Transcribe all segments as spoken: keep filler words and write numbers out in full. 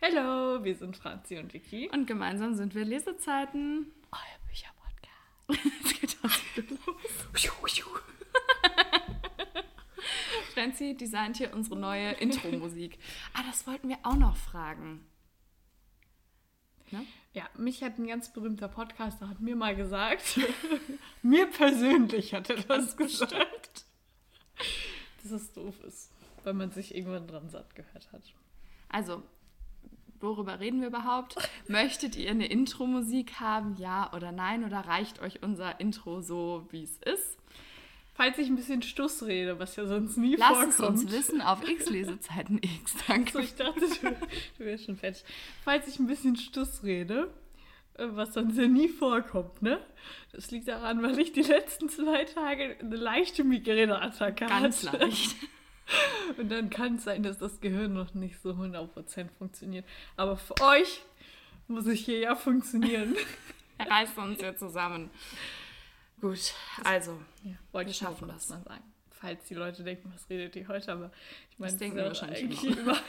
Hallo, wir sind Franzi und Vicky. Und gemeinsam sind wir Lesezeiten. Euer Bücherpodcast. Jetzt geht das wieder los. Franzi designt hier unsere neue Intro-Musik. Ah, das wollten wir auch noch fragen. Ne? Ja, mich hat ein ganz berühmter Podcaster hat mir mal gesagt, mir persönlich hat er das gesagt, dass es doof ist, weil man sich irgendwann dran satt gehört hat. Also, worüber reden wir überhaupt? Möchtet ihr eine Intro-Musik haben, ja oder nein? Oder reicht euch unser Intro so, wie es ist? Falls ich ein bisschen Stuss rede, was ja sonst nie Lasst vorkommt. Lasst es uns wissen auf X-Lesezeiten X. Danke. So, ich dachte, du, du wärst schon fertig. Falls ich ein bisschen Stuss rede, was sonst ja nie vorkommt, ne? Das liegt daran, weil ich die letzten zwei Tage eine leichte Migräneattacke hatte. Ganz leicht. Und dann kann es sein, dass das Gehirn noch nicht so hundert Prozent funktioniert. Aber für euch muss ich hier ja funktionieren. Er reißt uns ja zusammen. Gut, also, ja, wollte wir ich schaffen das das. mal sagen. Falls die Leute denken, was redet ihr heute? Aber ich meine, das denken wir wahrscheinlich eigentlich immer. immer.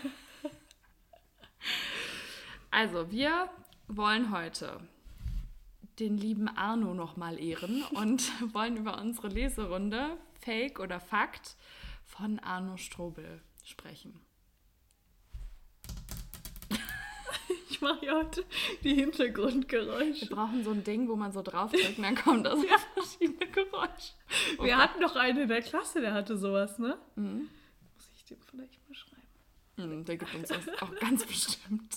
Also, wir wollen heute den lieben Arno nochmal ehren und wollen über unsere Leserunde Fake oder Fakt von Arno Strobel sprechen. Ich mache ja heute die Hintergrundgeräusche. Wir brauchen so ein Ding, wo man so draufdrückt und dann kommen da so ja. verschiedene Geräusche. Oh Wir Gott. hatten doch einen in der Klasse, der hatte sowas, ne? Mhm. Muss ich dem vielleicht mal schreiben? Mhm, der gibt uns das auch ganz bestimmt.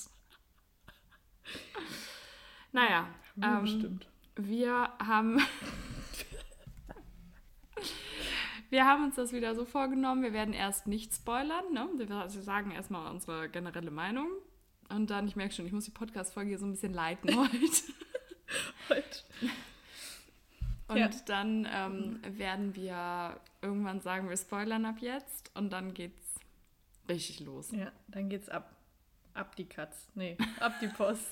Naja, ja, ähm, bestimmt. wir haben... Wir haben uns das wieder so vorgenommen, wir werden erst nicht spoilern, ne? Wir sagen erstmal unsere generelle Meinung und dann, ich merke schon, ich muss die Podcast-Folge hier so ein bisschen leiten heute. heute. Und ja. dann ähm, werden wir irgendwann sagen, wir spoilern ab jetzt und dann geht's richtig los. Ja, dann geht's ab. Ab die Katz. Nee, ab die Post.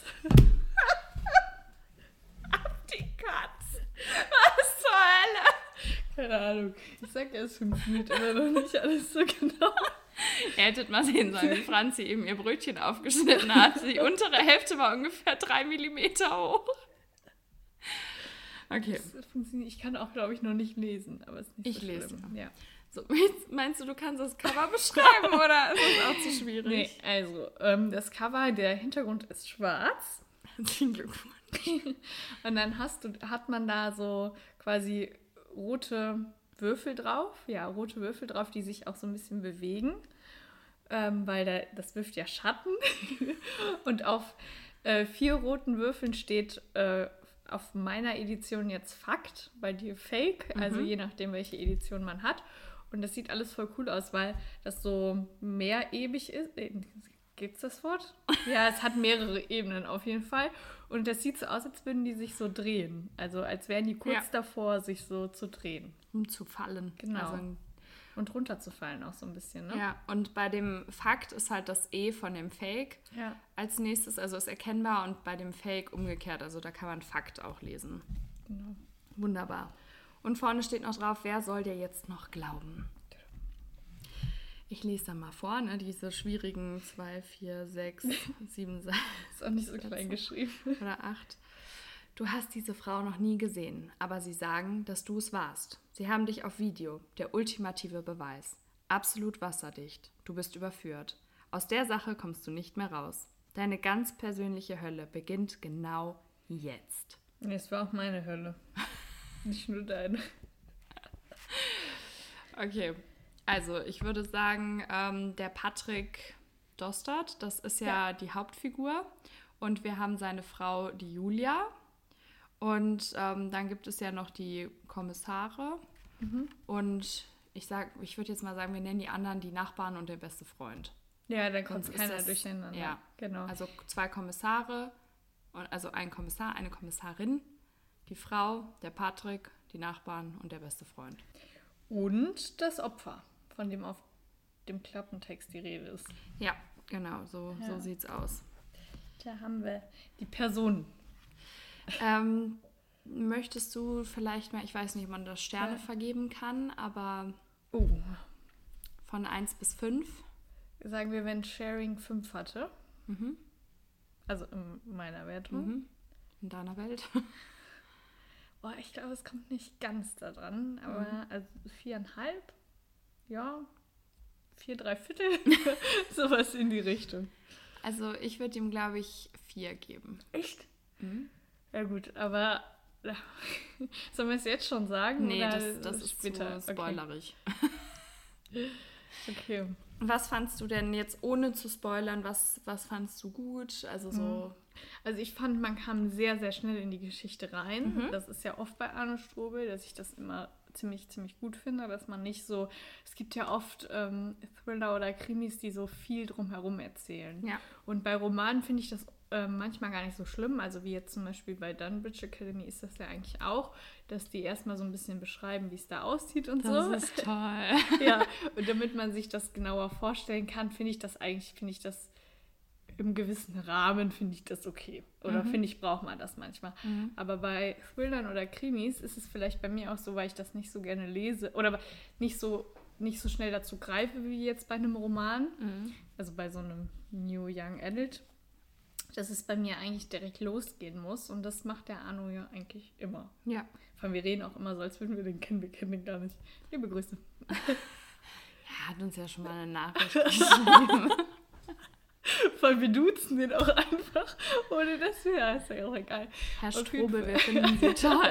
Ab die Katz. Was zur Hölle? Keine Ahnung. Ich sag ja, es funktioniert immer noch nicht alles so genau. Ihr hättet mal sehen sollen, wie Franzi eben ihr Brötchen aufgeschnitten hat. Die untere Hälfte war ungefähr drei Millimeter hoch. Okay. Das funktioniert. Ich kann auch, glaube ich, noch nicht lesen. Aber es ist nicht ich so lese. schlimm. Ja. So, meinst du, du kannst das Cover beschreiben oder ist das auch zu schwierig? Nee, also ähm, das Cover, der Hintergrund ist schwarz. Herzlichen Glückwunsch. Und dann hast du, hat man da so quasi rote Würfel drauf. Ja, rote Würfel drauf, die sich auch so ein bisschen bewegen. Ähm, weil da, das wirft ja Schatten. Und auf äh, vier roten Würfeln steht äh, auf meiner Edition jetzt Fakt, bei dir Fake. Also mhm. je nachdem, welche Edition man hat. Und das sieht alles voll cool aus, weil das so mehrebig ist. Gibt's das Wort? Ja, es hat mehrere Ebenen auf jeden Fall. Und das sieht so aus, als würden die sich so drehen. Also als wären die kurz ja. davor, sich so zu drehen. Um zu fallen. Genau. Also, und runterzufallen auch so ein bisschen, ne? Ja, und bei dem Fakt ist halt das E von dem Fake ja. als nächstes, also ist erkennbar. Und bei dem Fake umgekehrt, also da kann man Fakt auch lesen. Genau. Wunderbar. Und vorne steht noch drauf, wer soll dir jetzt noch glauben? Ich lese da mal vor, ne, diese schwierigen zwei, vier, sechs, sieben Seiten. Ist auch nicht so klein geschrieben. Oder acht. Du hast diese Frau noch nie gesehen, aber sie sagen, dass du es warst. Sie haben dich auf Video, der ultimative Beweis. Absolut wasserdicht. Du bist überführt. Aus der Sache kommst du nicht mehr raus. Deine ganz persönliche Hölle beginnt genau jetzt. Es war auch meine Hölle. Nicht nur deine. Okay, also ich würde sagen, ähm, der Patrick Dostert, das ist ja, ja die Hauptfigur. Und wir haben seine Frau, die Julia. Und ähm, dann gibt es ja noch die Kommissare. Mhm. Und ich sag, ich würde jetzt mal sagen, wir nennen die anderen die Nachbarn und der beste Freund. Ja, dann kommt keiner das, durcheinander. Ja, genau. Also zwei Kommissare, also ein Kommissar, eine Kommissarin. Die Frau, der Patrick, die Nachbarn und der beste Freund. Und das Opfer, von dem auf dem Klappentext die Rede ist. Ja, genau, so, ja. so sieht's aus. Da haben wir die Person. Ähm, möchtest du vielleicht mal, ich weiß nicht, ob man das Sterne ja. vergeben kann, aber oh. von eins bis fünf? Sagen wir, wenn Sharing fünf hatte. Mhm. Also in meiner Wertung. Mhm. In deiner Welt? Boah, ich glaube, es kommt nicht ganz da dran, aber Mhm. also viereinhalb, ja, vier, drei Viertel, sowas in die Richtung. Also ich würde ihm, glaube ich, vier geben. Echt? Mhm. Ja gut, aber ja, sollen wir es jetzt schon sagen? Nee, oder das, das ist später? zu spoilerig. Okay. okay. Was fandst du denn jetzt, ohne zu spoilern, was, was fandst du gut? Also so... Also ich fand, man kam sehr, sehr schnell in die Geschichte rein. Mhm. Das ist ja oft bei Arno Strobel, dass ich das immer ziemlich, ziemlich gut finde, dass man nicht so, es gibt ja oft ähm, Thriller oder Krimis, die so viel drumherum erzählen. Ja. Und bei Romanen finde ich das äh, manchmal gar nicht so schlimm, also wie jetzt zum Beispiel bei Dunbridge Academy ist das ja eigentlich auch, dass die erstmal so ein bisschen beschreiben, wie es da aussieht und so. Das ist toll. Ja, und damit man sich das genauer vorstellen kann, finde ich das eigentlich, finde ich das im gewissen Rahmen finde ich das okay. Oder Mhm. finde ich, braucht man das manchmal. Mhm. Aber bei Thrillern oder Krimis ist es vielleicht bei mir auch so, weil ich das nicht so gerne lese oder nicht so, nicht so schnell dazu greife wie jetzt bei einem Roman. Mhm. Also bei so einem New Young Adult. Dass es bei mir eigentlich direkt losgehen muss. Und das macht der Arno ja eigentlich immer. Ja. Vor allem, wir reden auch immer so, als würden wir den kennen. Wir kennen den gar nicht. Liebe Grüße. Er hat uns ja schon mal eine Nachricht geschrieben. Weil wir duzen den auch einfach, ohne dass wir, ja, ist ja auch egal. Herr Auf jeden Strobel, Fall. wir finden Sie toll.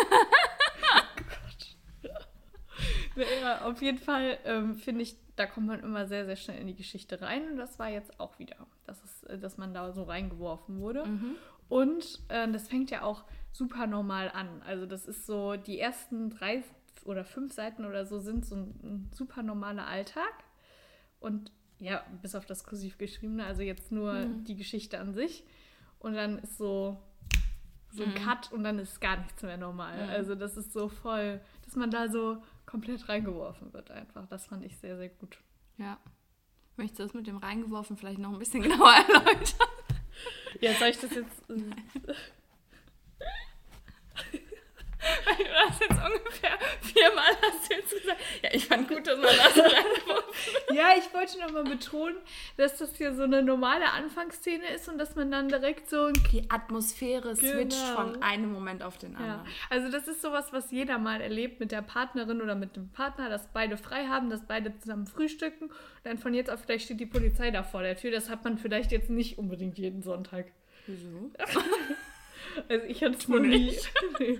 Ja, auf jeden Fall ähm, finde ich, da kommt man immer sehr, sehr schnell in die Geschichte rein. Und das war jetzt auch wieder, dass, es, äh, dass man da so reingeworfen wurde. Mhm. Und äh, das fängt ja auch super normal an. Also das ist so, die ersten drei oder fünf Seiten oder so sind so ein, ein super normaler Alltag. Und ja, bis auf das kursiv geschriebene, also jetzt nur Mhm. die Geschichte an sich. Und dann ist so, so ein Mhm. Cut und dann ist gar nichts mehr normal. Mhm. Also das ist so voll, dass man da so komplett reingeworfen wird einfach. Das fand ich sehr, sehr gut. Ja. Möchtest du das mit dem reingeworfen vielleicht noch ein bisschen genauer erläutern? Ja, soll ich das jetzt... ähm, Weil du hast jetzt ungefähr viermal hast du jetzt gesagt, ja, ich fand gut, dass man das reingeworfen hat. Ja, ich wollte nochmal betonen, dass das hier so eine normale Anfangsszene ist und dass man dann direkt so ein... Die Atmosphäre switcht Genau. von einem Moment auf den Ja, anderen. also das ist sowas, was jeder mal erlebt mit der Partnerin oder mit dem Partner, dass beide frei haben, dass beide zusammen frühstücken. Dann von jetzt auf gleich steht die Polizei da vor der Tür. Das hat man vielleicht jetzt nicht unbedingt jeden Sonntag. Wieso? Also ich hatte es Du noch nie. nicht?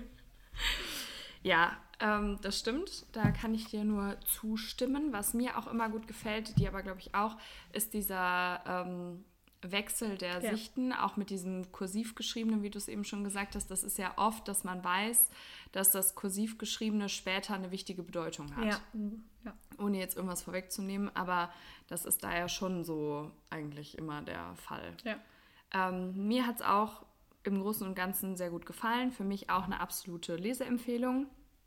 Ja, ähm, das stimmt. Da kann ich dir nur zustimmen. Was mir auch immer gut gefällt, dir aber, glaube ich, auch, ist dieser ähm, Wechsel der Ja. Sichten, auch mit diesem kursiv geschriebenen, wie du es eben schon gesagt hast. Das ist ja oft, dass man weiß, dass das kursiv geschriebene später eine wichtige Bedeutung hat. Ja. Ja. Ohne jetzt irgendwas vorwegzunehmen, aber das ist da ja schon so eigentlich immer der Fall. Ja. Ähm, mir hat es auch im Großen und Ganzen sehr gut gefallen. Für mich auch eine absolute Leseempfehlung.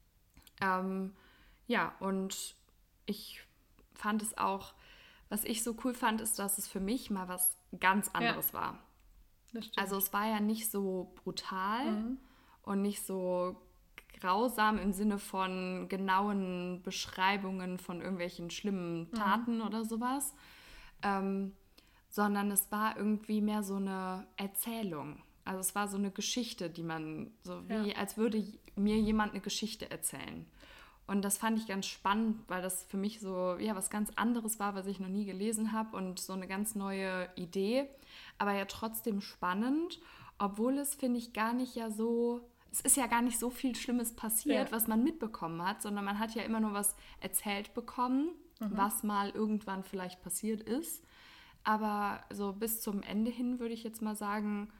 Ähm, ja, und ich fand es auch, was ich so cool fand, ist, dass es für mich mal was ganz anderes war. Das stimmt. Also es war ja nicht so brutal Mhm. und nicht so grausam im Sinne von genauen Beschreibungen von irgendwelchen schlimmen Taten oder sowas, ähm, sondern es war irgendwie mehr so eine Erzählung. Also es war so eine Geschichte, die man, so wie, Ja. als würde mir jemand eine Geschichte erzählen. Und das fand ich ganz spannend, weil das für mich so, ja, was ganz anderes war, was ich noch nie gelesen habe und so eine ganz neue Idee, aber ja trotzdem spannend, obwohl es, finde ich, gar nicht ja so, es ist ja gar nicht so viel Schlimmes passiert, Ja. was man mitbekommen hat, sondern man hat ja immer nur was erzählt bekommen, was mal irgendwann vielleicht passiert ist. Aber so bis zum Ende hin würde ich jetzt mal sagen,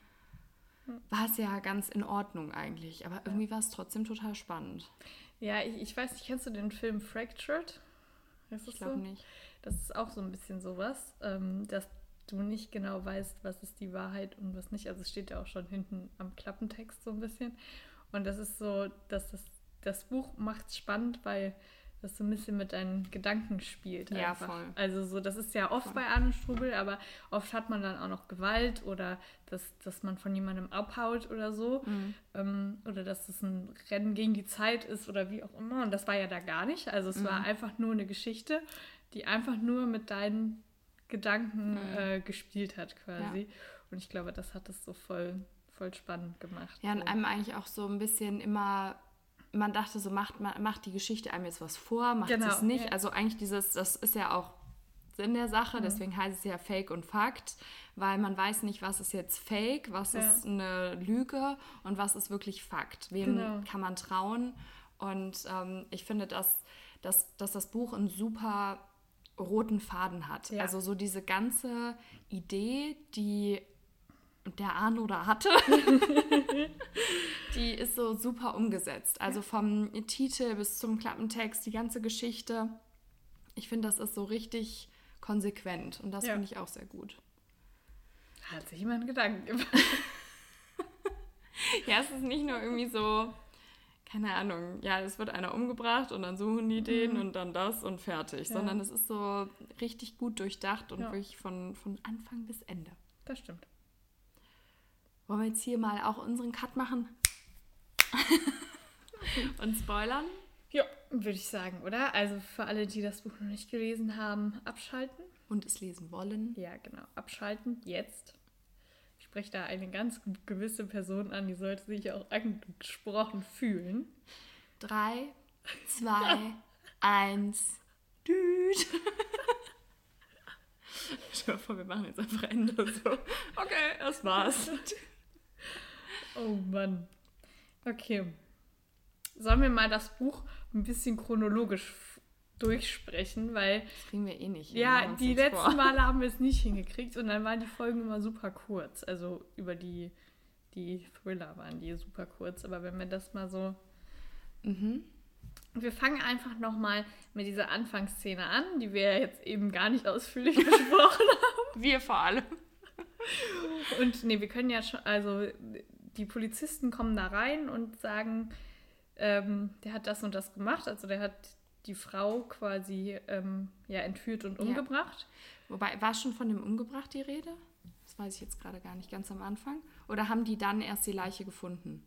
war es ja ganz in Ordnung eigentlich. Aber irgendwie war es trotzdem total spannend. Ja, ich, ich weiß nicht, kennst du den Film Fractured? Ist das Ich glaube so? nicht. Das ist auch so ein bisschen sowas, ähm, dass du nicht genau weißt, was ist die Wahrheit und was nicht. Also es steht ja auch schon hinten am Klappentext so ein bisschen. Und das ist so, dass das, das Buch macht es spannend, weil das so ein bisschen mit deinen Gedanken spielt. Ja, einfach. voll. Also so, das ist ja oft Voll. bei Arno Strubel, aber oft hat man dann auch noch Gewalt oder dass, dass man von jemandem abhaut oder so. Mhm. Ähm, oder dass es ein Rennen gegen die Zeit ist oder wie auch immer. Und das war ja da gar nicht. Also es war Mhm. einfach nur eine Geschichte, die einfach nur mit deinen Gedanken Mhm. äh, gespielt hat quasi. Ja. Und ich glaube, das hat es so voll, voll spannend gemacht. Ja, und so. einem eigentlich auch so ein bisschen immer, man dachte so, macht, macht die Geschichte einem jetzt was vor, macht Genau, sie es nicht. ja. Also eigentlich dieses, das ist ja auch Sinn der Sache, Mhm. deswegen heißt es ja Fake und Fakt, weil man weiß nicht, was ist jetzt Fake, was Ja. ist eine Lüge und was ist wirklich Fakt. Wem Genau. kann man trauen? Und ähm, ich finde, dass, dass, dass das Buch einen super roten Faden hat. Ja. Also so diese ganze Idee, die der Arno da hatte, die ist so super umgesetzt. Also vom Titel bis zum Klappentext, die ganze Geschichte. Ich finde, das ist so richtig konsequent und das Ja. finde ich auch sehr gut. Hat sich jemand Gedanken gemacht. Ja, es ist nicht nur irgendwie so, keine Ahnung, ja, es wird einer umgebracht und dann suchen die den und dann das und fertig, Ja. sondern es ist so richtig gut durchdacht und Ja. wirklich von, von Anfang bis Ende. Das stimmt. Wollen wir jetzt hier mal auch unseren Cut machen? Und spoilern? Ja, würde ich sagen, oder? Also für alle, die das Buch noch nicht gelesen haben, abschalten. Und es lesen wollen. Ja, genau. Abschalten, jetzt. Ich spreche da eine ganz gewisse Person an, die sollte sich auch angesprochen fühlen. Drei, zwei, eins, düt. Stell dir vor, wir machen jetzt einfach Ende so. Okay, das war's. Oh Mann. Okay. Sollen wir mal das Buch ein bisschen chronologisch f- durchsprechen, weil Das kriegen wir eh nicht hin. ja, Machen wir uns die nichts letzten vor. Male haben wir es nicht hingekriegt und dann waren die Folgen immer super kurz. Also über die, die Thriller waren die super kurz. Aber wenn wir das mal so... Mhm. Wir fangen einfach nochmal mit dieser Anfangsszene an, die wir ja jetzt eben gar nicht ausführlich besprochen haben. Wir vor allem. Und nee, wir können ja schon, also die Polizisten kommen da rein und sagen, ähm, der hat das und das gemacht. Also der hat die Frau quasi ähm, ja, entführt und Ja. umgebracht. Wobei, war schon von dem umgebracht die Rede? Das weiß ich jetzt gerade gar nicht ganz am Anfang. Oder haben die dann erst die Leiche gefunden?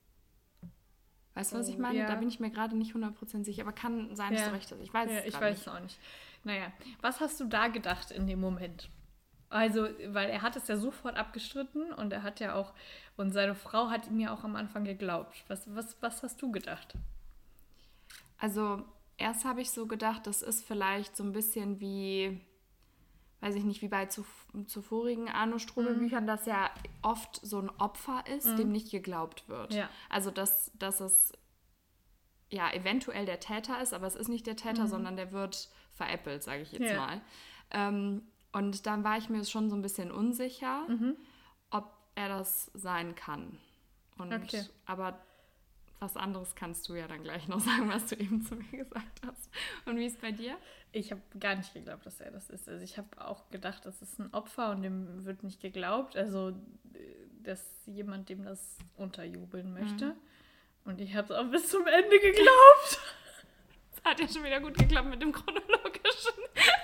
Weißt du, was Oh, ich meine? ja. Da bin ich mir gerade nicht hundert Prozent sicher. Aber kann sein, dass Ja. du recht hast. Ich weiß Ja, es ich gerade weiß nicht. es auch nicht. Naja, was hast du da gedacht in dem Moment? Also, weil er hat es ja sofort abgestritten und er hat ja auch, und seine Frau hat ihm ja auch am Anfang geglaubt. Was, was, was hast du gedacht? Also, erst habe ich so gedacht, das ist vielleicht so ein bisschen wie, weiß ich nicht, wie bei zu, zuvorigen Arno Strobel-Büchern, Mhm. dass ja oft so ein Opfer ist, dem nicht geglaubt wird. Ja. Also, dass, dass es ja eventuell der Täter ist, aber es ist nicht der Täter, sondern der wird veräppelt, sage ich jetzt Mhm. Ja. mal. Ähm, und dann war ich mir schon so ein bisschen unsicher, Mhm. ob er das sein kann. Und, Okay. Aber was anderes kannst du ja dann gleich noch sagen, was du eben zu mir gesagt hast. Und wie ist es bei dir? Ich habe gar nicht geglaubt, dass er das ist. Also ich habe auch gedacht, das ist ein Opfer und dem wird nicht geglaubt. Also, äh, dass jemand dem das unterjubeln möchte. Und ich habe es auch bis zum Ende geglaubt. Das hat ja schon wieder gut geklappt mit dem chronologischen.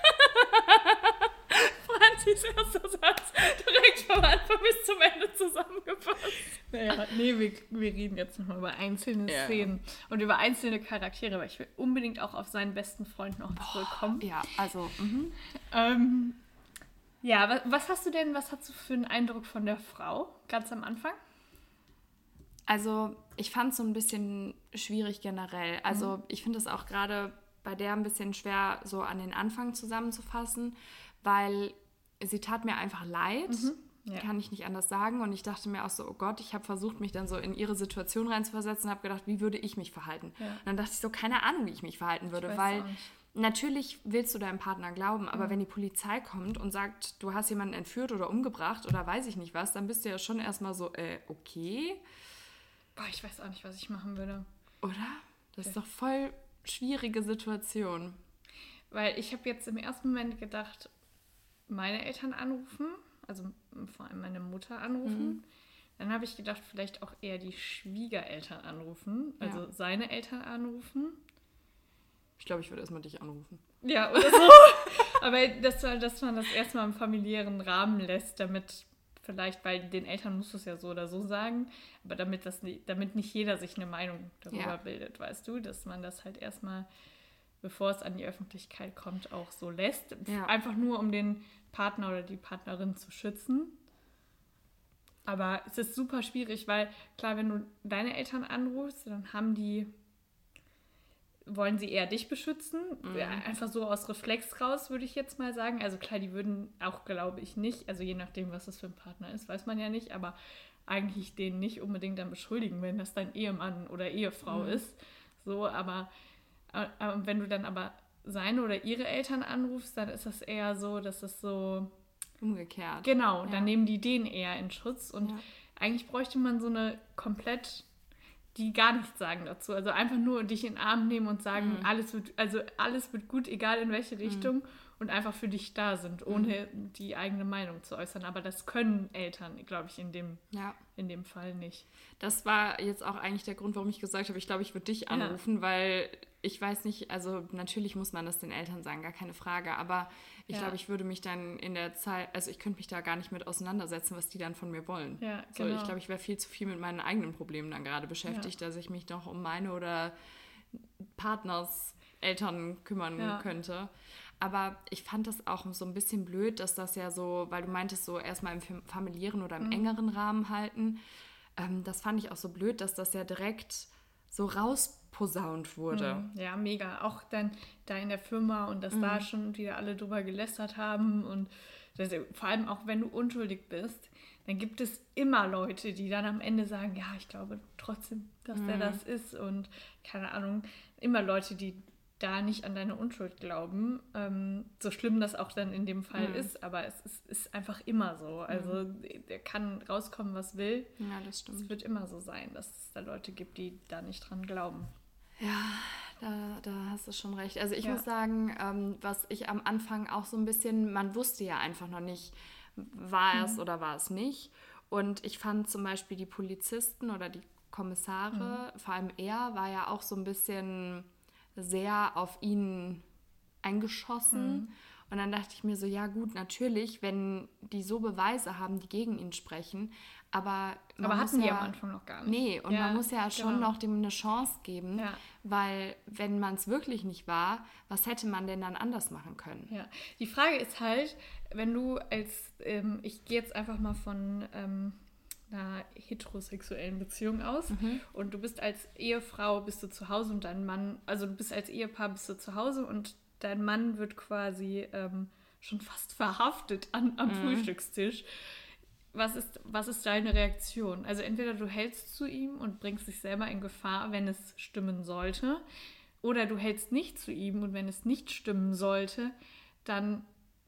Franzis erster Satz direkt vom Anfang bis zum Ende zusammengefasst. Naja, nee, wir, wir reden jetzt nochmal über einzelne Ja. Szenen und über einzelne Charaktere, weil ich will unbedingt auch auf seinen besten Freund noch zurückkommen. Ja, also, mhm. Ähm, ja, was, was hast du denn, was hast du für einen Eindruck von der Frau ganz am Anfang? Also ich fand es so ein bisschen schwierig generell. Also Mhm. ich finde es auch gerade bei der ein bisschen schwer, so an den Anfang zusammenzufassen, weil sie tat mir einfach leid. Mhm. Ja. Kann ich nicht anders sagen. Und ich dachte mir auch so, oh Gott, ich habe versucht, mich dann so in ihre Situation reinzuversetzen und habe gedacht, wie würde ich mich verhalten? Ja. Und dann dachte ich so, keine Ahnung, wie ich mich verhalten würde, weiß weil auch nicht. natürlich willst du deinem Partner glauben, aber Mhm. wenn die Polizei kommt und sagt, du hast jemanden entführt oder umgebracht oder weiß ich nicht was, dann bist du ja schon erstmal so, äh, okay, Boah, ich weiß auch nicht, was ich machen würde. oder? Das ist doch voll schwierige Situation. Weil ich habe jetzt im ersten Moment gedacht, meine Eltern anrufen, also vor allem meine Mutter anrufen. Mhm. Dann habe ich gedacht, vielleicht auch eher die Schwiegereltern anrufen, also Ja. seine Eltern anrufen. Ich glaube, ich würde erstmal dich anrufen. Ja, oder so. Aber dass, man- dass man das erstmal im familiären Rahmen lässt, damit vielleicht, weil den Eltern musst du es ja so oder so sagen, aber damit, das, nie- damit nicht jeder sich eine Meinung darüber Ja. bildet, weißt du, dass man das halt erstmal, bevor es an die Öffentlichkeit kommt, auch so lässt. Ja. Einfach nur, um den Partner oder die Partnerin zu schützen. Aber es ist super schwierig, weil klar, wenn du deine Eltern anrufst, dann haben die, wollen sie eher dich beschützen. Mhm. Ja, einfach so aus Reflex raus, würde ich jetzt mal sagen. Also klar, die würden auch, glaube ich, nicht, also je nachdem, was das für ein Partner ist, weiß man ja nicht, aber eigentlich den nicht unbedingt dann beschuldigen, wenn das dein Ehemann oder Ehefrau Mhm. ist. So, aber äh, wenn du dann aber seine oder ihre Eltern anrufst, dann ist das eher so, dass es so... Umgekehrt. Genau, Ja. dann nehmen die den eher in Schutz. Und Ja. eigentlich bräuchte man so eine komplett, die gar nichts sagen dazu. Also einfach nur dich in den Arm nehmen und sagen, Mhm. alles wird, also alles wird gut, egal in welche Richtung. Mhm. Und einfach für dich da sind, ohne mhm. die eigene Meinung zu äußern. Aber das können Eltern, glaube ich, in dem, ja. in dem Fall nicht. Das war jetzt auch eigentlich der Grund, warum ich gesagt habe, ich glaube, ich würde dich anrufen, ja. weil ich weiß nicht, also natürlich muss man das den Eltern sagen, gar keine Frage, aber ich ja. glaube, ich würde mich dann in der Zeit, also ich könnte mich da gar nicht mit auseinandersetzen, was die dann von mir wollen. Ja, so, genau. Ich glaube, ich wäre viel zu viel mit meinen eigenen Problemen dann gerade beschäftigt, ja. dass ich mich noch um meine oder Partners Eltern kümmern ja. könnte. Aber ich fand das auch so ein bisschen blöd, dass das ja so, weil du meintest, so erstmal im familiären oder im mhm. engeren Rahmen halten. Ähm, das fand ich auch so blöd, dass das ja direkt so rausposaunt wurde. Mhm. Ja, mega. Auch dann da in der Firma und dass mhm. da schon wieder alle drüber gelästert haben. Und das, vor allem auch, wenn du unschuldig bist, dann gibt es immer Leute, die dann am Ende sagen, ja, ich glaube trotzdem, dass mhm. der das ist. Und keine Ahnung, immer Leute, die da nicht an deine Unschuld glauben, ähm, so schlimm das auch dann in dem Fall mhm. ist, aber es ist, ist einfach immer so. Also mhm. der kann rauskommen, was will. Ja, das stimmt. Es wird immer so sein, dass es da Leute gibt, die da nicht dran glauben. Ja, da, da hast du schon recht. Also ich ja. muss sagen, ähm, was ich am Anfang auch so ein bisschen, man wusste ja einfach noch nicht, war mhm. es oder war es nicht. Und ich fand zum Beispiel die Polizisten oder die Kommissare, mhm. vor allem er, war ja auch so ein bisschen sehr auf ihn eingeschossen. Mhm. Und dann dachte ich mir so, ja gut, natürlich, wenn die so Beweise haben, die gegen ihn sprechen, aber man aber muss hatten ja, die am Anfang noch gar nicht. Nee, und ja, man muss ja schon genau. noch dem eine Chance geben, ja. weil wenn man es wirklich nicht war, was hätte man denn dann anders machen können? Ja, die Frage ist halt, wenn du als, ähm, ich gehe jetzt einfach mal von ähm, einer heterosexuellen Beziehung aus mhm. und du bist als Ehefrau, bist du zu Hause und dein Mann, also du bist als Ehepaar, bist du zu Hause und dein Mann wird quasi ähm, schon fast verhaftet an, am mhm. Frühstückstisch. Was ist, was ist deine Reaktion? Also entweder du hältst zu ihm und bringst dich selber in Gefahr, wenn es stimmen sollte, oder du hältst nicht zu ihm und wenn es nicht stimmen sollte, dann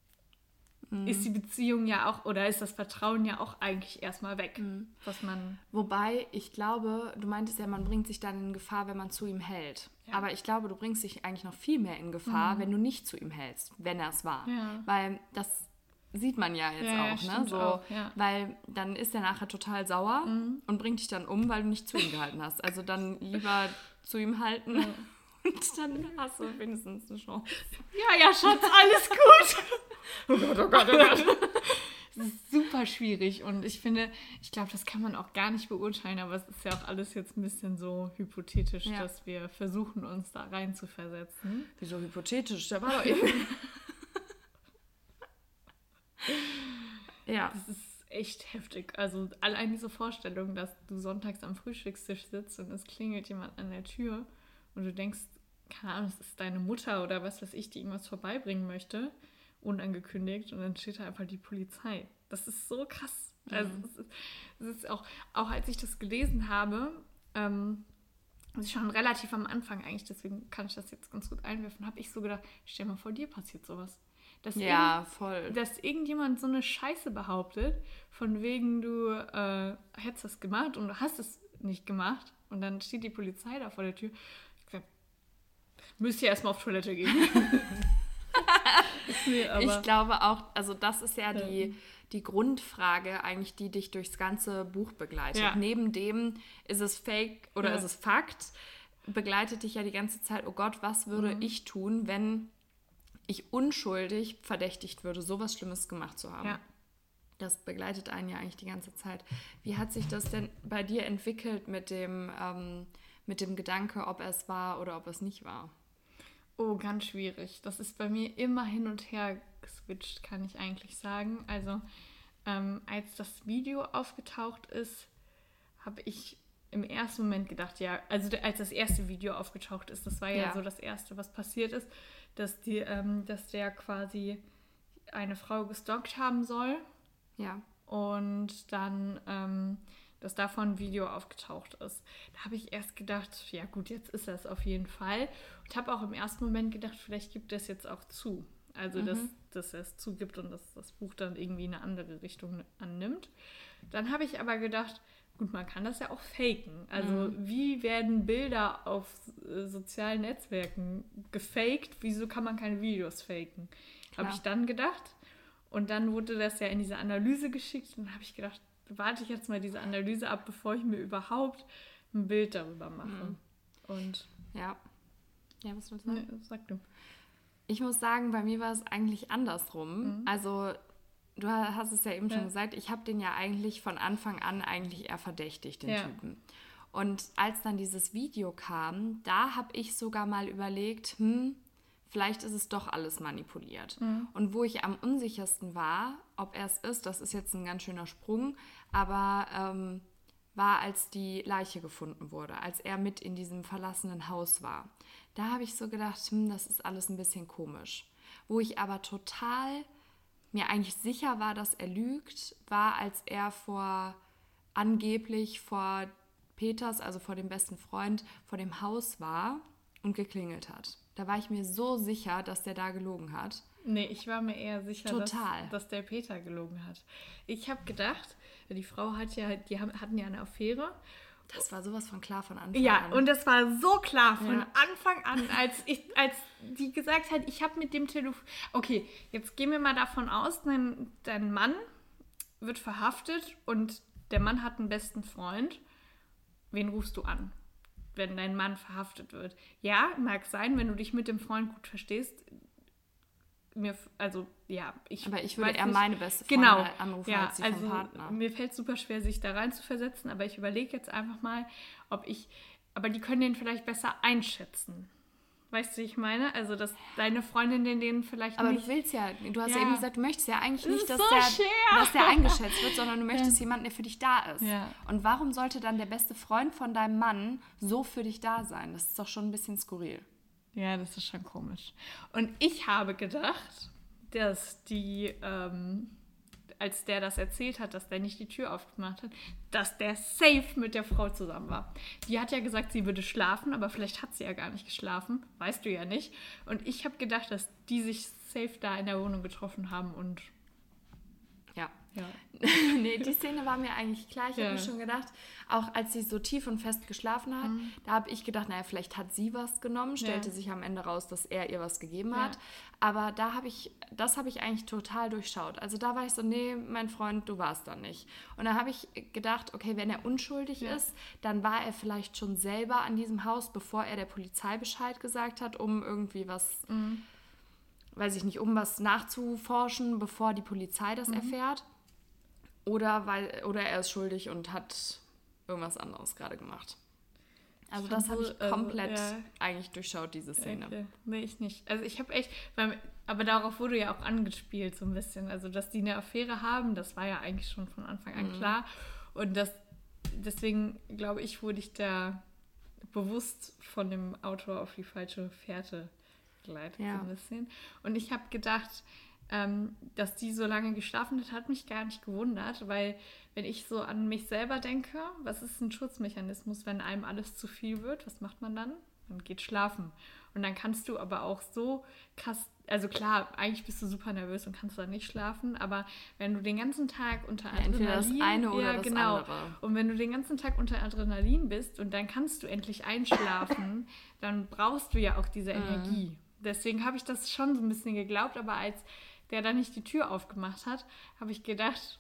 mhm. ist die Beziehung ja auch, oder ist das Vertrauen ja auch eigentlich erstmal weg. Mhm. Was man Wobei, ich glaube, du meintest ja, man bringt sich dann in Gefahr, wenn man zu ihm hält. Ja. Aber ich glaube, du bringst dich eigentlich noch viel mehr in Gefahr, mhm. wenn du nicht zu ihm hältst, wenn er es war. Ja. Weil das sieht man ja jetzt ja, auch, ja, ne? So, auch, ja. weil dann ist er nachher total sauer mhm. und bringt dich dann um, weil du nicht zu ihm gehalten hast. Also dann lieber zu ihm halten ja. und dann hast du wenigstens eine Chance. Ja, ja, Schatz, alles gut. Oh Gott, oh Gott, oh Gott. Das ist super schwierig und ich finde, ich glaube, das kann man auch gar nicht beurteilen, aber es ist ja auch alles jetzt ein bisschen so hypothetisch, ja. dass wir versuchen, uns da rein zu versetzen. Wieso hypothetisch? Da war doch eben... Ja. Das ist echt heftig. Also allein diese Vorstellung, dass du sonntags am Frühstückstisch sitzt und es klingelt jemand an der Tür und du denkst, keine Ahnung, es ist deine Mutter oder was weiß ich, die irgendwas vorbeibringen möchte, unangekündigt, und dann steht da einfach die Polizei. Das ist so krass. Mhm. Also es ist, es ist auch, auch als ich das gelesen habe, ähm, also schon relativ am Anfang eigentlich, deswegen kann ich das jetzt ganz gut einwerfen, habe ich so gedacht, stell mal vor, dir passiert sowas. Dass ja, voll. Dass irgendjemand so eine Scheiße behauptet, von wegen du äh, hättest das gemacht und du hast es nicht gemacht und dann steht die Polizei da vor der Tür. Ich glaube, müsst ihr erstmal auf Toilette gehen. nee, aber ich glaube auch, also das ist ja, ja. die, die Grundfrage eigentlich, die dich durchs ganze Buch begleitet. Ja. Neben dem, ist es Fake oder ja. ist es Fakt, begleitet dich ja die ganze Zeit, oh Gott, was würde mhm. ich tun, wenn ich unschuldig verdächtigt würde, sowas Schlimmes gemacht zu haben. Ja. Das begleitet einen ja eigentlich die ganze Zeit. Wie hat sich das denn bei dir entwickelt mit dem, ähm, mit dem Gedanke, ob es war oder ob es nicht war? Oh, ganz schwierig. Das ist bei mir immer hin und her geswitcht, kann ich eigentlich sagen. Also, ähm, als das Video aufgetaucht ist, habe ich im ersten Moment gedacht, ja, also der, als das erste Video aufgetaucht ist, das war ja, Ja. so das Erste, was passiert ist, dass, die, ähm, dass der quasi eine Frau gestalkt haben soll Ja. und dann, ähm, dass davon ein Video aufgetaucht ist. Da habe ich erst gedacht, ja gut, jetzt ist das auf jeden Fall. Und habe auch im ersten Moment gedacht, vielleicht gibt er es jetzt auch zu. Also, Mhm. dass, dass er es zugibt und dass das Buch dann irgendwie eine andere Richtung annimmt. Dann habe ich aber gedacht, gut, man kann das ja auch faken. Also, Mhm. wie werden Bilder auf äh, sozialen Netzwerken gefaked? Wieso kann man keine Videos faken? Habe Klar. ich dann gedacht. Und dann wurde das ja in diese Analyse geschickt. Und dann habe ich gedacht, warte ich jetzt mal diese Analyse ab, bevor ich mir überhaupt ein Bild darüber mache. Mhm. Und Ja. Ja, was willst du sagen? ne, sag du. Ich muss sagen, bei mir war es eigentlich andersrum. Mhm. Also, du hast es ja eben Ja. schon gesagt, ich habe den ja eigentlich von Anfang an eigentlich eher verdächtigt, den Ja. Typen. Und als dann dieses Video kam, da habe ich sogar mal überlegt, hm, vielleicht ist es doch alles manipuliert. Mhm. Und wo ich am unsichersten war, ob er es ist, das ist jetzt ein ganz schöner Sprung, aber ähm, war, als die Leiche gefunden wurde, als er mit in diesem verlassenen Haus war. Da habe ich so gedacht, hm, das ist alles ein bisschen komisch. Wo ich aber total mir eigentlich sicher war, dass er lügt, war, als er vor angeblich vor Peters, also vor dem besten Freund, vor dem Haus war und geklingelt hat. Da war ich mir so sicher, dass der da gelogen hat. Nee, ich war mir eher sicher, Total. Dass, dass der Peter gelogen hat. Ich habe gedacht, die Frau hat ja, die haben, hatten ja eine Affäre. Das war sowas von klar von Anfang Ja, an. und das war so klar von Ja. Anfang an, als, ich, als die gesagt hat, ich habe mit dem Telefon... Okay, jetzt gehen wir mal davon aus, dein, dein Mann wird verhaftet und der Mann hat einen besten Freund. Wen rufst du an, wenn dein Mann verhaftet wird? Ja, mag sein, wenn du dich mit dem Freund gut verstehst. Mir, also, ja, ich aber ich würde weiß eher nicht- meine beste Freundin Genau, anrufen ja, als die also vom Partner. mir fällt es super schwer, sich da rein zu versetzen, aber ich überlege jetzt einfach mal, ob ich, aber die können den vielleicht besser einschätzen. Weißt du, wie ich meine? Also, dass deine Freundin den, den vielleicht Aber nicht... du willst ja, du hast ja. Ja. eben gesagt, du möchtest ja eigentlich Das nicht, ist dass, so der, schwer. dass der eingeschätzt wird, sondern du möchtest jemanden, der für dich da ist. Ja. Und warum sollte dann der beste Freund von deinem Mann so für dich da sein? Das ist doch schon ein bisschen skurril. Ja, das ist schon komisch. Und ich habe gedacht, dass die, ähm, als der das erzählt hat, dass der nicht die Tür aufgemacht hat, dass der safe mit der Frau zusammen war. Die hat ja gesagt, sie würde schlafen, aber vielleicht hat sie ja gar nicht geschlafen. Weißt du ja nicht. Und ich habe gedacht, dass die sich safe da in der Wohnung getroffen haben und Ja. ja. Nee, die Szene war mir eigentlich klar. Ich Ja. habe mir schon gedacht, auch als sie so tief und fest geschlafen hat, Mhm. da habe ich gedacht, naja, vielleicht hat sie was genommen. Stellte Ja. sich am Ende raus, dass er ihr was gegeben Ja. hat. Aber da habe ich, das habe ich eigentlich total durchschaut. Also da war ich so, nee, mein Freund, du warst da nicht. Und da habe ich gedacht, okay, wenn er unschuldig Ja. ist, dann war er vielleicht schon selber an diesem Haus, bevor er der Polizei Bescheid gesagt hat, um irgendwie was, Mhm. weiß ich nicht, um was nachzuforschen, bevor die Polizei das Mhm. erfährt. Oder, weil, oder er ist schuldig und hat irgendwas anderes gerade gemacht. Also das habe ich Also, komplett ja. eigentlich durchschaut, diese Szene. Okay. Nee, ich nicht. Also ich habe echt, weil, aber darauf wurde ja auch angespielt so ein bisschen. Also dass die eine Affäre haben, das war ja eigentlich schon von Anfang an Mhm. klar. Und das, deswegen glaube ich, wurde ich da bewusst von dem Autor auf die falsche Fährte geleitet Ja. so ein bisschen. Und ich habe gedacht, ähm, dass die so lange geschlafen hat, hat mich gar nicht gewundert, weil wenn ich so an mich selber denke, was ist ein Schutzmechanismus, wenn einem alles zu viel wird, was macht man dann? Man geht schlafen. Und dann kannst du aber auch so krass, also klar, eigentlich bist du super nervös und kannst dann nicht schlafen, aber wenn du den ganzen Tag unter Ja, entweder das Adrenalin... eine oder ja, das genau. andere. Und wenn du den ganzen Tag unter Adrenalin bist und dann kannst du endlich einschlafen, dann brauchst du ja auch diese Energie. Deswegen habe ich das schon so ein bisschen geglaubt, aber als der dann nicht die Tür aufgemacht hat, habe ich gedacht,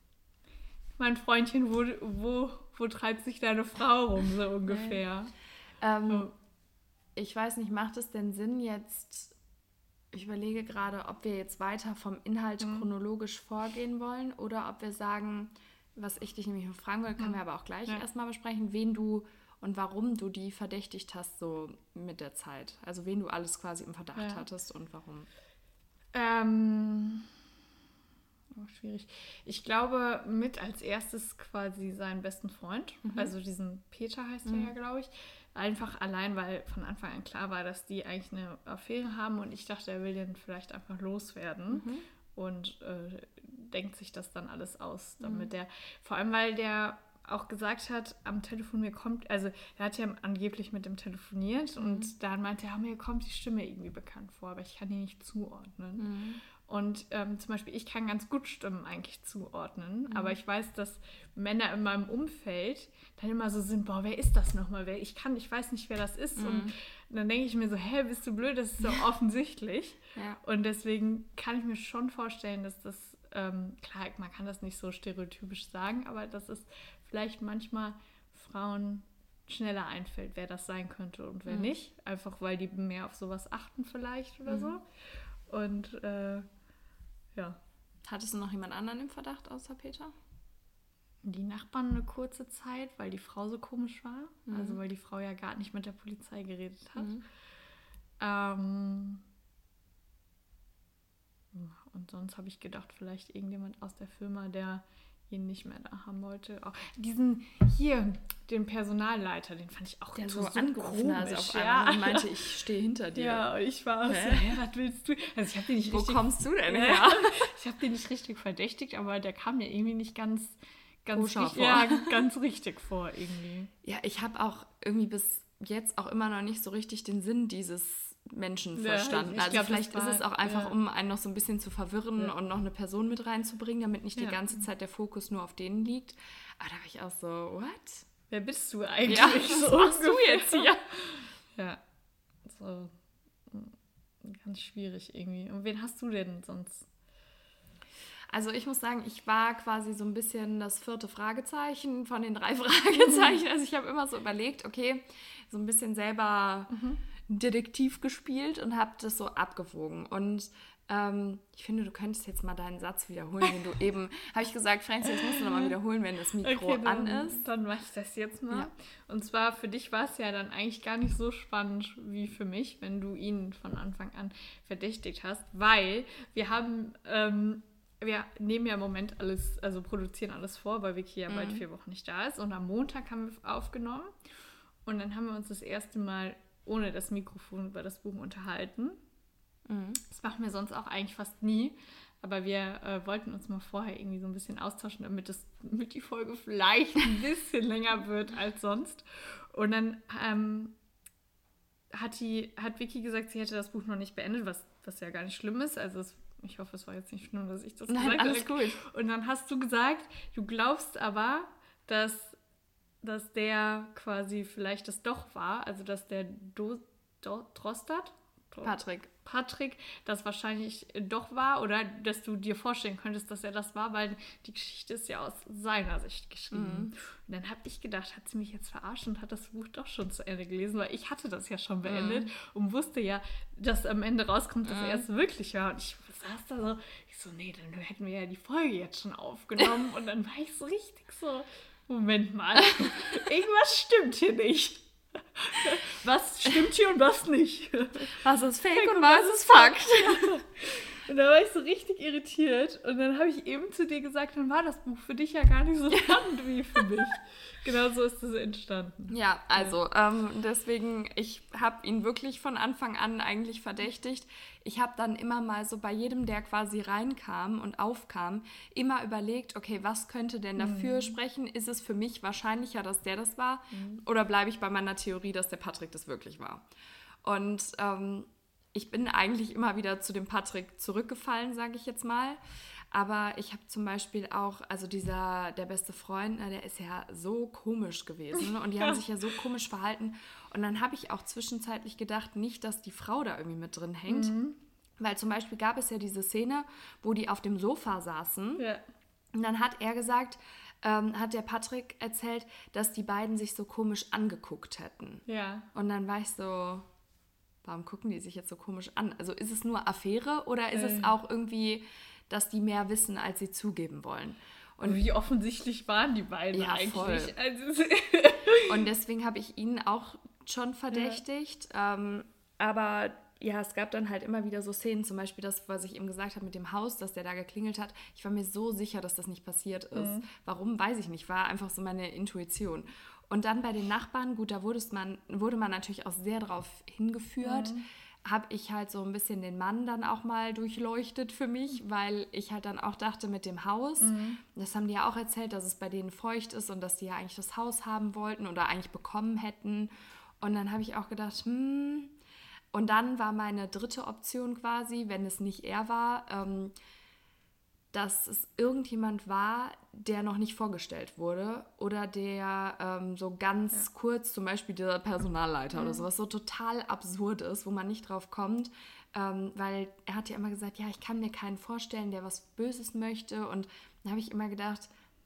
mein Freundchen, wo, wo, wo treibt sich deine Frau rum, so ungefähr. Ähm, So. Ich weiß nicht, macht es denn Sinn jetzt, ich überlege gerade, ob wir jetzt weiter vom Inhalt Mhm. chronologisch vorgehen wollen oder ob wir sagen, was ich dich nämlich noch fragen will, können Mhm. wir aber auch gleich Ja. erstmal besprechen, wen du und warum du die verdächtigt hast so mit der Zeit. Also wen du alles quasi im Verdacht Ja. hattest und warum. Ähm, oh, schwierig. Ich glaube, mit als erstes quasi seinen besten Freund, Mhm. also diesen Peter heißt Mhm. er ja, glaube ich. Einfach allein, weil von Anfang an klar war, dass die eigentlich eine Affäre haben und ich dachte, er will den vielleicht einfach loswerden Mhm. und äh, denkt sich das dann alles aus, damit Mhm. der, vor allem weil der auch gesagt hat, am Telefon mir kommt, also er hat ja angeblich mit dem telefoniert Mhm. und dann meinte er, mir kommt die Stimme irgendwie bekannt vor, aber ich kann die nicht zuordnen. Mhm. Und ähm, zum Beispiel, ich kann ganz gut Stimmen eigentlich zuordnen, Mhm. aber ich weiß, dass Männer in meinem Umfeld dann immer so sind, boah, wer ist das nochmal? Wer, ich kann, ich weiß nicht, wer das ist. Mhm. Und dann denke ich mir so, hä, bist du blöd? Das ist so offensichtlich. Ja. Und deswegen kann ich mir schon vorstellen, dass das, ähm, klar, man kann das nicht so stereotypisch sagen, aber dass es vielleicht manchmal Frauen schneller einfällt, wer das sein könnte und wer Mhm. nicht. Einfach weil die mehr auf sowas achten vielleicht oder Mhm. so. Und äh, ja. Hattest du noch jemand anderen im Verdacht außer Peter? Die Nachbarn eine kurze Zeit, weil die Frau so komisch war. Mhm. Also weil die Frau ja gar nicht mit der Polizei geredet hat. Mhm. Ähm, und sonst habe ich gedacht, vielleicht irgendjemand aus der Firma, der ihn nicht mehr da haben wollte. Auch diesen hier, den Personalleiter, den fand ich auch Der so, so angerufen komisch, hat auf ja. einmal und meinte, ich stehe hinter dir. Ja, und ich war auch so, Hä? hä, was willst du? Also ich habe den nicht Wo richtig... kommst du denn Ja. her? Ich habe den nicht richtig verdächtigt, aber der kam mir irgendwie nicht ganz, ganz, Koscher richtig, vor. ja, ganz richtig vor irgendwie. Ja, ich habe auch irgendwie bis jetzt auch immer noch nicht so richtig den Sinn dieses Menschen Ja, verstanden. ich also glaub, vielleicht das war- ist es auch einfach, ja. um einen noch so ein bisschen zu verwirren Ja. und noch eine Person mit reinzubringen, damit nicht Ja. die ganze Zeit der Fokus nur auf denen liegt. Aber da war ich auch so, what? Wer bist du eigentlich? Ja, was machst du jetzt hier? Ja, so mm, ganz schwierig irgendwie. Und wen hast du denn sonst? Also ich muss sagen, ich war quasi so ein bisschen das vierte Fragezeichen von den drei Fragezeichen. Also ich habe immer so überlegt, okay, so ein bisschen selber Detektiv gespielt und habe das so abgewogen. Und ähm, ich finde, du könntest jetzt mal deinen Satz wiederholen, den du eben, habe ich gesagt, Franzi, jetzt musst du nochmal wiederholen, wenn das Mikro Okay, an dann, ist. dann mache ich das jetzt mal. Ja. Und zwar für dich war es ja dann eigentlich gar nicht so spannend wie für mich, wenn du ihn von Anfang an verdächtigt hast, weil wir haben, ähm, wir nehmen ja im Moment alles, also produzieren alles vor, weil Vicky ja Mhm. bald vier Wochen nicht da ist. Und am Montag haben wir aufgenommen und dann haben wir uns das erste Mal ohne das Mikrofon über das Buch unterhalten. Mhm. Das machen wir sonst auch eigentlich fast nie. Aber wir äh, wollten uns mal vorher irgendwie so ein bisschen austauschen, damit, das, damit die Folge vielleicht ein bisschen länger wird als sonst. Und dann ähm, hat, die, hat Vicky gesagt, sie hätte das Buch noch nicht beendet, was, was ja gar nicht schlimm ist. Also es, ich hoffe, es war jetzt nicht schlimm, dass ich das Nein, gesagt habe. alles gut. Und dann hast du gesagt, du glaubst aber, dass, dass der quasi vielleicht das doch war. Also dass der Do, Do, Drostad? Patrick. Patrick das wahrscheinlich doch war oder dass du dir vorstellen könntest, dass er das war, weil die Geschichte ist ja aus seiner Sicht geschrieben. Mhm. Und dann habe ich gedacht, hat sie mich jetzt verarscht und hat das Buch doch schon zu Ende gelesen, weil ich hatte das ja schon beendet Mhm. und wusste ja, dass am Ende rauskommt, dass Mhm. er es wirklich war. Und ich saß da so, ich so, nee, dann hätten wir ja die Folge jetzt schon aufgenommen. Und dann war ich so richtig so, Moment mal, irgendwas stimmt hier nicht. Was stimmt hier und was nicht? Was ist Fake und was ist Fakt? Und da war ich so richtig irritiert. Und dann habe ich eben zu dir gesagt, dann war das Buch für dich ja gar nicht so spannend wie für mich. Genau so ist es entstanden. Ja, also ähm, deswegen, ich habe ihn wirklich von Anfang an eigentlich verdächtigt. Ich habe dann immer mal so bei jedem, der quasi reinkam und aufkam, immer überlegt, okay, was könnte denn dafür Mhm. sprechen? Ist es für mich wahrscheinlicher, dass der das war? Oder bleibe ich bei meiner Theorie, dass der Patrick das wirklich war? Und ähm, ich bin eigentlich immer wieder zu dem Patrick zurückgefallen, sage ich jetzt mal. Aber ich habe zum Beispiel auch, also dieser, der beste Freund, ne, der ist ja so komisch gewesen und die haben sich ja so komisch verhalten. Und dann habe ich auch zwischenzeitlich gedacht, nicht, dass die Frau da irgendwie mit drin hängt. Mhm. Weil zum Beispiel gab es ja diese Szene, wo die auf dem Sofa saßen. Ja. Und dann hat er gesagt, ähm, hat der Patrick erzählt, dass die beiden sich so komisch angeguckt hätten. Ja. Und dann war ich so, warum gucken die sich jetzt so komisch an? Also ist es nur Affäre oder ist Äh. es auch irgendwie, dass die mehr wissen, als sie zugeben wollen? Und wie offensichtlich waren die beiden ja, eigentlich? Voll. Also, und deswegen habe ich ihn auch schon verdächtigt. Ja. Ähm, aber ja, es gab dann halt immer wieder so Szenen, zum Beispiel das, was ich eben gesagt habe mit dem Haus, dass der da geklingelt hat. Ich war mir so sicher, dass das nicht passiert ist. Mhm. Warum, weiß ich nicht. War einfach so meine Intuition. Und dann bei den Nachbarn, gut, da wurde man, wurde man natürlich auch sehr drauf hingeführt. Mhm. Habe ich halt so ein bisschen den Mann dann auch mal durchleuchtet für mich, weil ich halt dann auch dachte mit dem Haus, mhm. das haben die ja auch erzählt, dass es bei denen feucht ist und dass die ja eigentlich das Haus haben wollten oder eigentlich bekommen hätten. Und dann habe ich auch gedacht, hm... Und dann war meine dritte Option quasi, wenn es nicht er war, ähm, dass es irgendjemand war, der noch nicht vorgestellt wurde oder der ähm, so ganz ja. kurz, zum Beispiel der Personalleiter mhm. oder sowas, so total absurd ist, wo man nicht drauf kommt, ähm, weil er hat ja immer gesagt, ja, ich kann mir keinen vorstellen, der was Böses möchte. Und dann habe ich immer gedacht,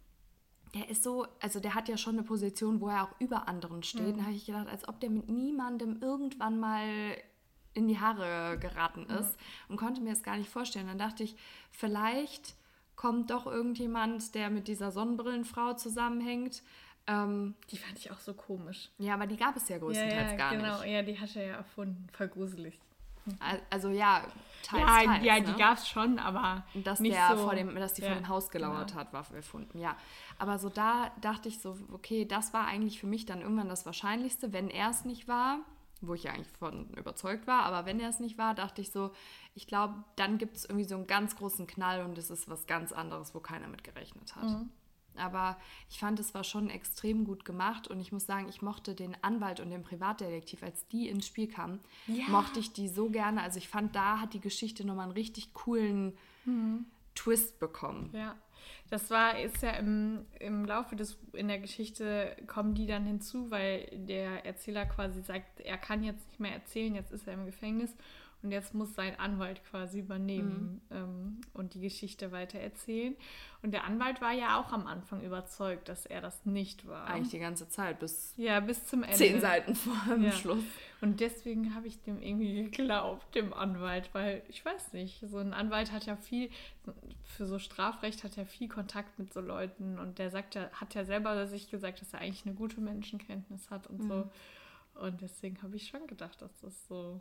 der ist so, also der hat ja schon eine Position, wo er auch über anderen steht. Mhm. Dann habe ich gedacht, als ob der mit niemandem irgendwann mal in die Haare geraten ist mhm. und konnte mir das gar nicht vorstellen. Dann dachte ich, vielleicht kommt doch irgendjemand, der mit dieser Sonnenbrillenfrau zusammenhängt. Ähm, die fand ich auch so komisch. Ja, aber die gab es ja größtenteils ja, ja, gar genau. nicht. Ja, die hat er ja erfunden. Voll gruselig. Also ja, teils, ja, teils. Ja, ne? die gab es schon, aber dass nicht der so, vor dem, dass die ja, vor dem Haus gelauert genau. hat, war erfunden, ja. Aber so da dachte ich so, okay, das war eigentlich für mich dann irgendwann das Wahrscheinlichste, wenn er es nicht war, wo ich ja eigentlich von überzeugt war, aber wenn er es nicht war, dachte ich so, ich glaube, dann gibt es irgendwie so einen ganz großen Knall und es ist was ganz anderes, wo keiner mit gerechnet hat. Mhm. Aber ich fand, es war schon extrem gut gemacht und ich muss sagen, ich mochte den Anwalt und den Privatdetektiv, als die ins Spiel kamen, ja. mochte ich die so gerne. Also ich fand, da hat die Geschichte nochmal einen richtig coolen mhm. Twist bekommen. Ja, das war, ist ja im, im Laufe des, in der Geschichte kommen die dann hinzu, weil der Erzähler quasi sagt, er kann jetzt nicht mehr erzählen, jetzt ist er im Gefängnis. Und jetzt muss sein Anwalt quasi übernehmen mhm. ähm, und die Geschichte weiter erzählen. Und der Anwalt war ja auch am Anfang überzeugt, dass er das nicht war. Eigentlich die ganze Zeit, bis, ja, bis zum Ende. Zehn Seiten vor dem ja. Schluss. Und deswegen habe ich dem irgendwie geglaubt, dem Anwalt, weil ich weiß nicht, so ein Anwalt hat ja viel, für so Strafrecht hat er viel Kontakt mit so Leuten. Und der sagt ja, hat ja selber sich gesagt, dass er eigentlich eine gute Menschenkenntnis hat und mhm. so. Und deswegen habe ich schon gedacht, dass das so...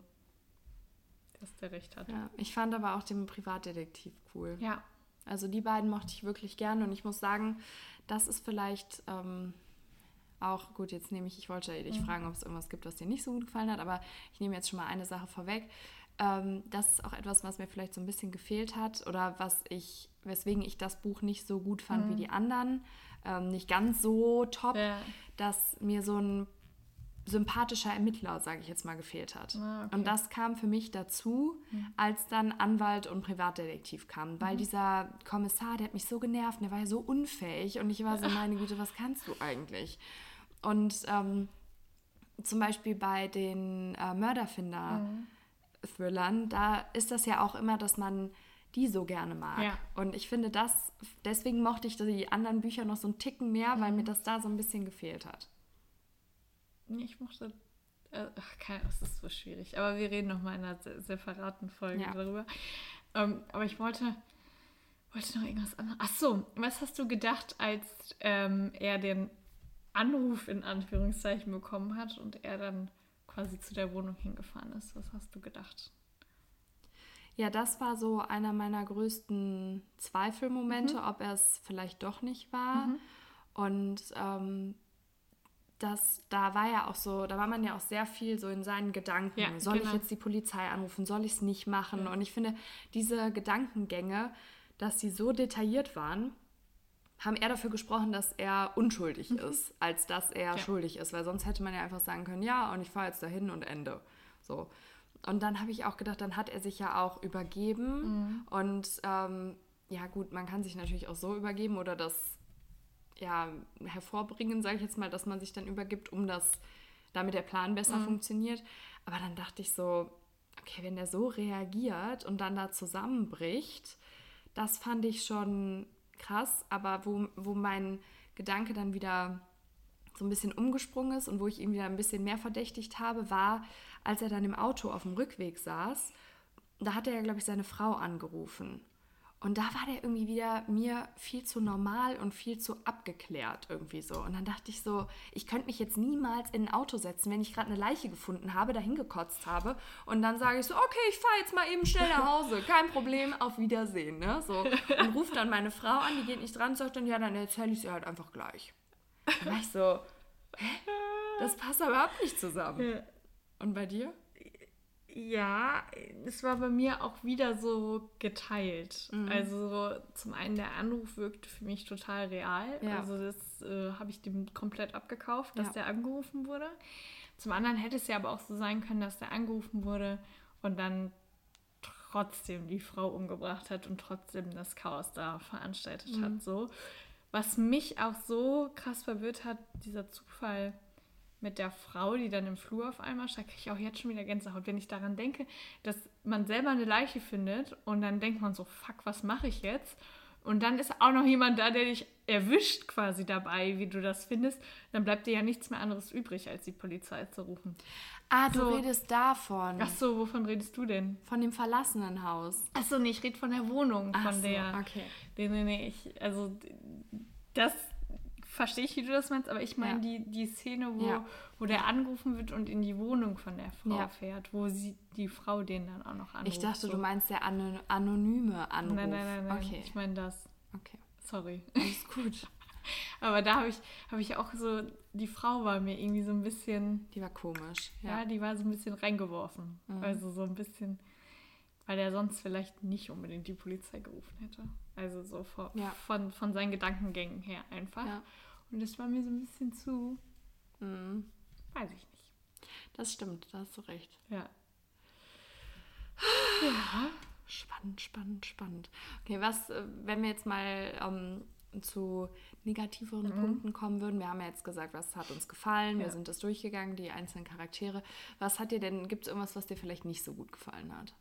dass der recht hat. Ja, ich fand aber auch den Privatdetektiv cool. Ja. Also die beiden mochte ich wirklich gerne und ich muss sagen, das ist vielleicht ähm, auch, gut, jetzt nehme ich, ich wollte dich mhm. fragen, ob es irgendwas gibt, was dir nicht so gut gefallen hat, aber ich nehme jetzt schon mal eine Sache vorweg. Ähm, das ist auch etwas, was mir vielleicht so ein bisschen gefehlt hat oder was ich, weswegen ich das Buch nicht so gut fand mhm. wie die anderen, ähm, nicht ganz so top, ja. dass mir so ein sympathischer Ermittler, sage ich jetzt mal, gefehlt hat. Ah, okay. Und das kam für mich dazu, mhm. als dann Anwalt und Privatdetektiv kamen, weil mhm. dieser Kommissar, der hat mich so genervt, der war ja so unfähig und ich war so, meine Güte, was kannst du eigentlich? Und ähm, zum Beispiel bei den äh, Mörderfinder-Thrillern, mhm. da ist das ja auch immer, dass man die so gerne mag. Ja. Und ich finde das, deswegen mochte ich die anderen Bücher noch so einen Ticken mehr, mhm. weil mir das da so ein bisschen gefehlt hat. Ich mochte, äh, ach, keine, das ist so schwierig, aber wir reden nochmal in einer separaten Folge ja. darüber. Ähm, aber ich wollte, wollte noch irgendwas anderes. Ach so, was hast du gedacht, als ähm, er den Anruf in Anführungszeichen bekommen hat und er dann quasi zu der Wohnung hingefahren ist? Was hast du gedacht? Ja, das war so einer meiner größten Zweifelmomente, mhm. ob er es vielleicht doch nicht war. Mhm. Und ähm, Das, da war ja auch so, da war man ja auch sehr viel so in seinen Gedanken. Ja, soll genau. ich jetzt die Polizei anrufen? Soll ich es nicht machen? Ja. Und ich finde, diese Gedankengänge, dass sie so detailliert waren, haben eher dafür gesprochen, dass er unschuldig mhm. ist, als dass er ja. schuldig ist. Weil sonst hätte man ja einfach sagen können, ja, und ich fahre jetzt dahin und Ende. So. Und dann habe ich auch gedacht, dann hat er sich ja auch übergeben. Mhm. Und ähm, ja gut, man kann sich natürlich auch so übergeben oder das ja, hervorbringen, sage ich jetzt mal, dass man sich dann übergibt, um das, damit der Plan besser mhm. funktioniert. Aber dann dachte ich so, okay, wenn der so reagiert und dann da zusammenbricht, das fand ich schon krass, aber wo, wo mein Gedanke dann wieder so ein bisschen umgesprungen ist und wo ich ihn wieder ein bisschen mehr verdächtigt habe, war, als er dann im Auto auf dem Rückweg saß, da hat er ja, glaube ich, seine Frau angerufen. Und da war der irgendwie wieder mir viel zu normal und viel zu abgeklärt irgendwie so. Und dann dachte ich so, ich könnte mich jetzt niemals in ein Auto setzen, wenn ich gerade eine Leiche gefunden habe, dahin gekotzt habe. Und dann sage ich so, okay, ich fahre jetzt mal eben schnell nach Hause. Kein Problem, auf Wiedersehen. Ne? So. Und ruft dann meine Frau an, die geht nicht dran, sagt dann, ja, dann erzähle ich sie halt einfach gleich. Dann war ich so, hä? Das passt aber überhaupt nicht zusammen. Ja. Und bei dir? Ja, es war bei mir auch wieder so geteilt. Mhm. Also zum einen der Anruf wirkte für mich total real. Ja. Also das äh, habe ich dem komplett abgekauft, dass Ja. der angerufen wurde. Zum anderen hätte es ja aber auch so sein können, dass der angerufen wurde und dann trotzdem die Frau umgebracht hat und trotzdem das Chaos da veranstaltet Mhm. hat. So. Was mich auch so krass verwirrt hat, dieser Zufall mit der Frau, die dann im Flur auf einmal steht, kriege ich auch jetzt schon wieder Gänsehaut, wenn ich daran denke, dass man selber eine Leiche findet und dann denkt man so, fuck, was mache ich jetzt? Und dann ist auch noch jemand da, der dich erwischt quasi dabei, wie du das findest. Dann bleibt dir ja nichts mehr anderes übrig, als die Polizei zu rufen. Ah, du So. redest davon. Ach so, wovon redest du denn? Von dem verlassenen Haus. Ach so, nee, ich rede von der Wohnung, Ach von so, der... okay. Nee, nee, nee, ich, also das verstehe ich, wie du das meinst, aber ich meine Ja. die, die Szene, wo, Ja. wo der angerufen wird und in die Wohnung von der Frau Ja. fährt, wo sie die Frau den dann auch noch anruft. Ich dachte, so. du meinst der ano- anonyme Anruf. Nein, nein, nein, nein, Okay, ich meine das. okay. Sorry. Alles gut. Aber da habe ich, hab ich auch so, die Frau war mir irgendwie so ein bisschen, Die war komisch. ja, Ja. die war so ein bisschen reingeworfen. Mhm. Also so ein bisschen, weil er sonst vielleicht nicht unbedingt die Polizei gerufen hätte. Also so von, Ja. von, von seinen Gedankengängen her einfach. Ja. Und das war mir so ein bisschen zu, Mhm. weiß ich nicht. Das stimmt, da hast du recht. Ja. Ja. Spannend, spannend, spannend. Okay, was, äh, wenn wir jetzt mal ähm, zu negativeren Mhm. Punkten kommen würden. Wir haben ja jetzt gesagt, was hat uns gefallen. Wir Ja. sind das durchgegangen, die einzelnen Charaktere. Was hat dir denn, gibt es irgendwas, was dir vielleicht nicht so gut gefallen hat?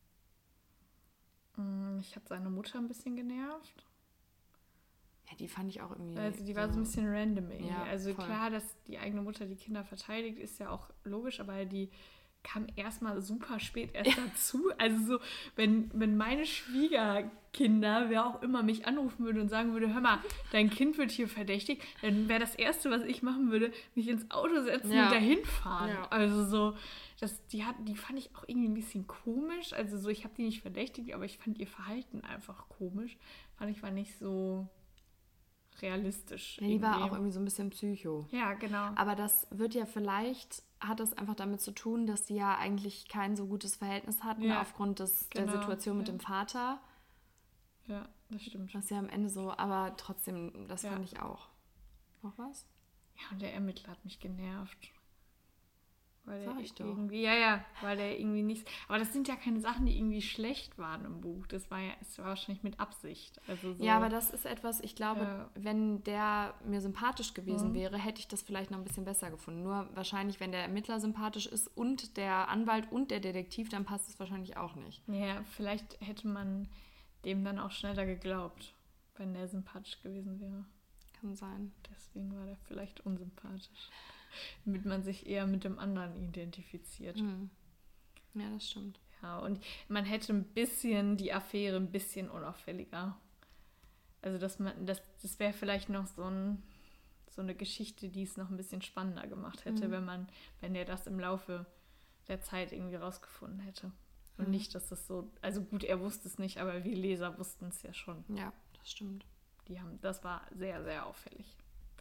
Mm, Mich hat seine Mutter ein bisschen genervt. Ja, die fand ich auch irgendwie... Also die war so ein bisschen random irgendwie. Ja, also voll. klar, dass die eigene Mutter die Kinder verteidigt, ist ja auch logisch, aber die kam erstmal super spät erst dazu. Also so, wenn, wenn meine Schwiegerkinder, wer auch immer, mich anrufen würde und sagen würde, hör mal, dein Kind wird hier verdächtigt, dann wäre das Erste, was ich machen würde, mich ins Auto setzen Ja. und dahin fahren. Ja. Also so, das, die, hat, die fand ich auch irgendwie ein bisschen komisch. Also so, ich habe die nicht verdächtigt, aber ich fand ihr Verhalten einfach komisch. Fand ich war nicht so realistisch. Ja, die war irgendwie. auch irgendwie so ein bisschen Psycho. Ja, genau. Aber das wird ja vielleicht, hat das einfach damit zu tun, dass die ja eigentlich kein so gutes Verhältnis hatten Ja, aufgrund des, der genau, Situation mit ja. dem Vater. Ja, das stimmt. Was ja am Ende so, aber trotzdem, das Ja. fand ich auch. Noch was? Ja, und der Ermittler hat mich genervt. Weil Sag der ich doch. irgendwie, ja, ja, weil der irgendwie nichts. Aber das sind ja keine Sachen, die irgendwie schlecht waren im Buch. Das war ja, es war wahrscheinlich mit Absicht. Also so, Ja, aber das ist etwas, ich glaube, Ja. wenn der mir sympathisch gewesen Mhm. wäre, hätte ich das vielleicht noch ein bisschen besser gefunden. Nur wahrscheinlich, wenn der Ermittler sympathisch ist und der Anwalt und der Detektiv, dann passt es wahrscheinlich auch nicht. Ja, vielleicht hätte man dem dann auch schneller geglaubt, wenn der sympathisch gewesen wäre. Kann sein. Deswegen war der vielleicht unsympathisch. Damit man sich eher mit dem anderen identifiziert. Mhm. Ja, das stimmt. Ja, und man hätte ein bisschen die Affäre ein bisschen unauffälliger. Also, dass man, das, das wäre vielleicht noch so, ein, so eine Geschichte, die es noch ein bisschen spannender gemacht hätte, Mhm. wenn man, wenn er das im Laufe der Zeit irgendwie rausgefunden hätte. Und Mhm. nicht, dass das so, also gut, er wusste es nicht, aber wir Leser wussten es ja schon. Ja, das stimmt. Die haben, das war sehr, sehr auffällig.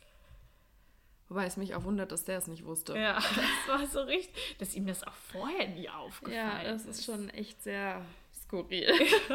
Wobei es mich auch wundert, dass der es nicht wusste. Ja, das war so richtig, dass ihm das auch vorher nie aufgefallen ist. echt sehr skurril.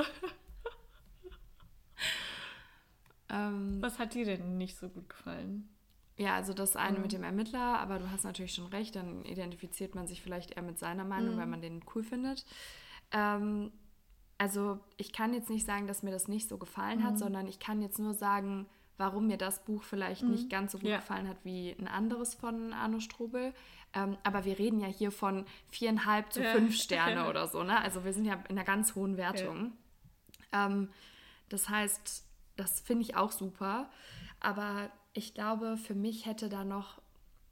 ähm, Was hat dir denn nicht so gut gefallen? ja, also das eine Mhm. mit dem Ermittler, aber du hast natürlich schon recht, dann identifiziert man sich vielleicht eher mit seiner Meinung, Mhm. weil man den cool findet. Ähm, also ich kann jetzt nicht sagen, dass mir das nicht so gefallen hat, Mhm. sondern ich kann jetzt nur sagen, warum mir das Buch vielleicht Mhm. nicht ganz so gut Ja. gefallen hat wie ein anderes von Arno Strobel. Ähm, aber wir reden ja hier von viereinhalb zu Ja. fünf Sterne oder so, ne? Also wir sind ja in einer ganz hohen Wertung. Ähm, das heißt, das finde ich auch super. Aber ich glaube, für mich hätte da noch...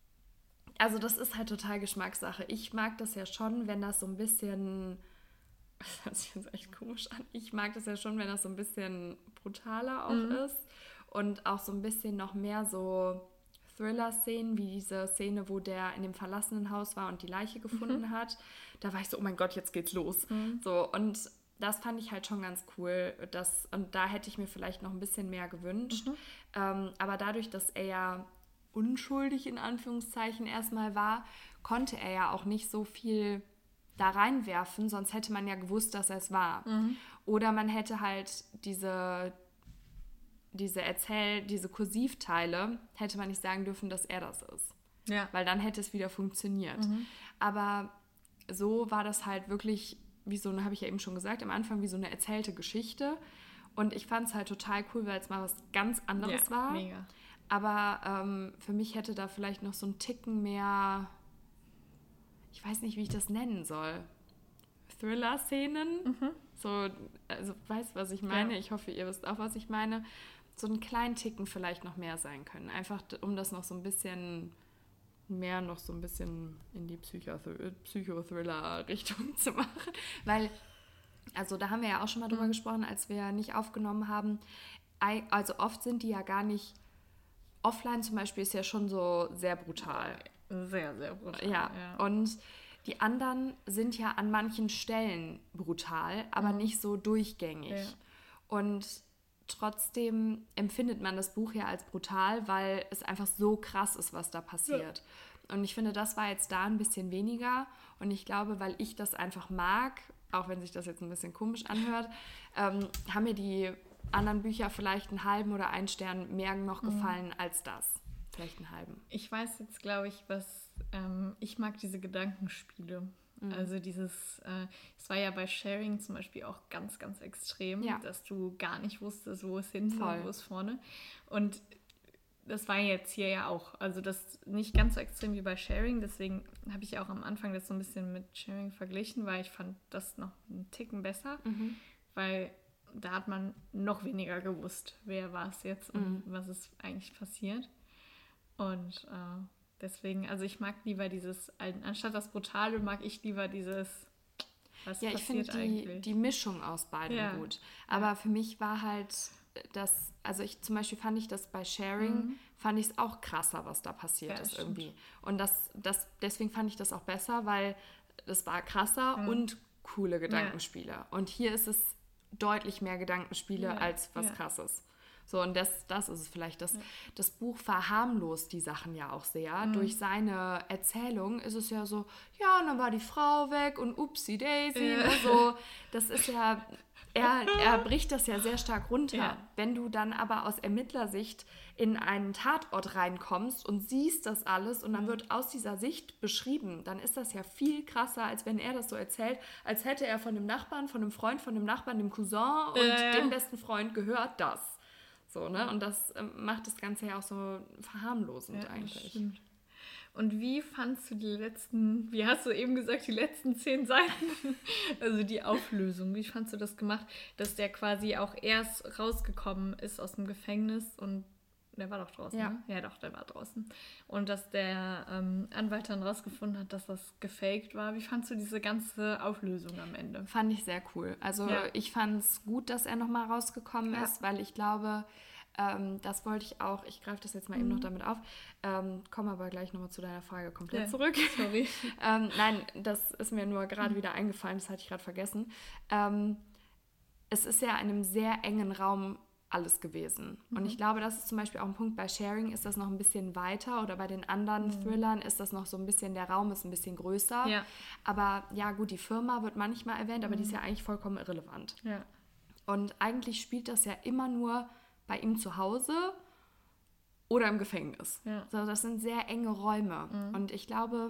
Also das ist halt total Geschmackssache. Ich mag das ja schon, wenn das so ein bisschen das hört sich jetzt echt komisch an. Ich mag das ja schon, wenn das so ein bisschen brutaler auch Mhm. ist und auch so ein bisschen noch mehr so Thriller-Szenen, wie diese Szene, wo der in dem verlassenen Haus war und die Leiche gefunden Mhm. hat. Da war ich so, oh mein Gott, jetzt geht's los. Mhm. So, und das fand ich halt schon ganz cool. Das, und da hätte ich mir vielleicht noch ein bisschen mehr gewünscht. Mhm. Ähm, aber dadurch, dass er ja unschuldig in Anführungszeichen erstmal war, konnte er ja auch nicht so viel da reinwerfen, sonst hätte man ja gewusst, dass er es war. Mhm. Oder man hätte halt diese, diese Erzähl-, diese Kursivteile, hätte man nicht sagen dürfen, dass er das ist. Ja. Weil dann hätte es wieder funktioniert. Mhm. Aber so war das halt wirklich, wie so, habe ich ja eben schon gesagt, am Anfang wie so eine erzählte Geschichte. Und ich fand es halt total cool, weil es mal was ganz anderes Ja, war. mega. Aber ähm, für mich hätte da vielleicht noch so ein Ticken mehr, ich weiß nicht, wie ich das nennen soll, Thriller-Szenen. Mhm. So, also weißt, was ich meine? Ja. Ich hoffe, ihr wisst auch, was ich meine. So einen kleinen Ticken vielleicht noch mehr sein können. Einfach, um das noch so ein bisschen mehr noch so ein bisschen in die Psychothr- Psychothriller-Richtung zu machen. Weil, also da haben wir ja auch schon mal drüber Mhm. gesprochen, als wir nicht aufgenommen haben. Ei- Also oft sind die ja gar nicht, offline zum Beispiel ist ja schon so sehr brutal. Sehr, sehr brutal. Ja, Ja. und die anderen sind ja an manchen Stellen brutal, aber Mhm. nicht so durchgängig. Ja. Und trotzdem empfindet man das Buch ja als brutal, weil es einfach so krass ist, was da passiert. Und ich finde, das war jetzt da ein bisschen weniger. Und ich glaube, weil ich das einfach mag, auch wenn sich das jetzt ein bisschen komisch anhört, ähm, haben mir die anderen Bücher vielleicht einen halben oder einen Stern mehr noch gefallen als das. Vielleicht einen halben. Ich weiß jetzt, glaube ich, was, ähm, ich mag diese Gedankenspiele. Mhm. Also dieses, äh, es war ja bei Sharing zum Beispiel auch ganz, ganz extrem, Ja. dass du gar nicht wusstest, wo es hinten Voll. und wo es vorne. Und das war jetzt hier ja auch, also das nicht ganz so extrem wie bei Sharing, deswegen habe ich auch am Anfang das so ein bisschen mit Sharing verglichen, weil ich fand das noch einen Ticken besser, Mhm. weil da hat man noch weniger gewusst, wer war es jetzt und Mhm. was ist eigentlich passiert. Und äh, deswegen, also ich mag lieber dieses, anstatt das Brutale, mag ich lieber dieses, was Ja, ich finde passiert die, eigentlich. die Mischung aus beidem Ja. gut. Aber für mich war halt das, also ich zum Beispiel fand ich das bei Sharing, Mhm. fand ich es auch krasser, was da passiert Ja, ist stimmt. irgendwie. Und das, das, deswegen fand ich das auch besser, weil das war krasser Mhm. und coole Gedankenspiele. Und hier ist es deutlich mehr Gedankenspiele Ja, als was ja. Krasses. So, und das, das ist es vielleicht. Das, Ja. das Buch verharmlost die Sachen ja auch sehr. Mhm. Durch seine Erzählung ist es ja so, ja, und dann war die Frau weg und upsi daisy. Ja. Ne, so. Das ist ja, er, er bricht das ja sehr stark runter. Ja. Wenn du dann aber aus Ermittlersicht in einen Tatort reinkommst und siehst das alles und dann wird aus dieser Sicht beschrieben, dann ist das ja viel krasser, als wenn er das so erzählt, als hätte er von dem Nachbarn, von dem Freund, von dem Nachbarn, dem Cousin und Ja, ja. dem besten Freund gehört das. So, ne? Und das ähm, macht das Ganze ja auch so verharmlosend Ja, das eigentlich. stimmt. Und wie fandst du die letzten, wie hast du eben gesagt, die letzten zehn Seiten? Also die Auflösung, wie fandst du das gemacht, dass der quasi auch erst rausgekommen ist aus dem Gefängnis und der war doch draußen, Ja. ne? Ja, doch, der war draußen. Und dass der ähm, Anwalt dann rausgefunden hat, dass das gefaked war. Wie fandst du diese ganze Auflösung am Ende? Fand ich sehr cool. Also Ja. ich fand es gut, dass er nochmal rausgekommen Ja. ist, weil ich glaube, ähm, das wollte ich auch, ich greife das jetzt mal eben Mhm. noch damit auf, ähm, komme aber gleich nochmal zu deiner Frage komplett Ja. zurück. Sorry. ähm, nein, das ist mir nur gerade wieder eingefallen, das hatte ich gerade vergessen. Ähm, es ist ja in einem sehr engen Raum alles gewesen. Und ich glaube, das ist zum Beispiel auch ein Punkt, bei Sharing ist das noch ein bisschen weiter oder bei den anderen Mhm. Thrillern ist das noch so ein bisschen, der Raum ist ein bisschen größer. Ja. Aber ja gut, die Firma wird manchmal erwähnt, aber die ist ja eigentlich vollkommen irrelevant. Ja. Und eigentlich spielt das ja immer nur bei ihm zu Hause oder im Gefängnis. Ja. So, das sind sehr enge Räume. Mhm. Und ich glaube,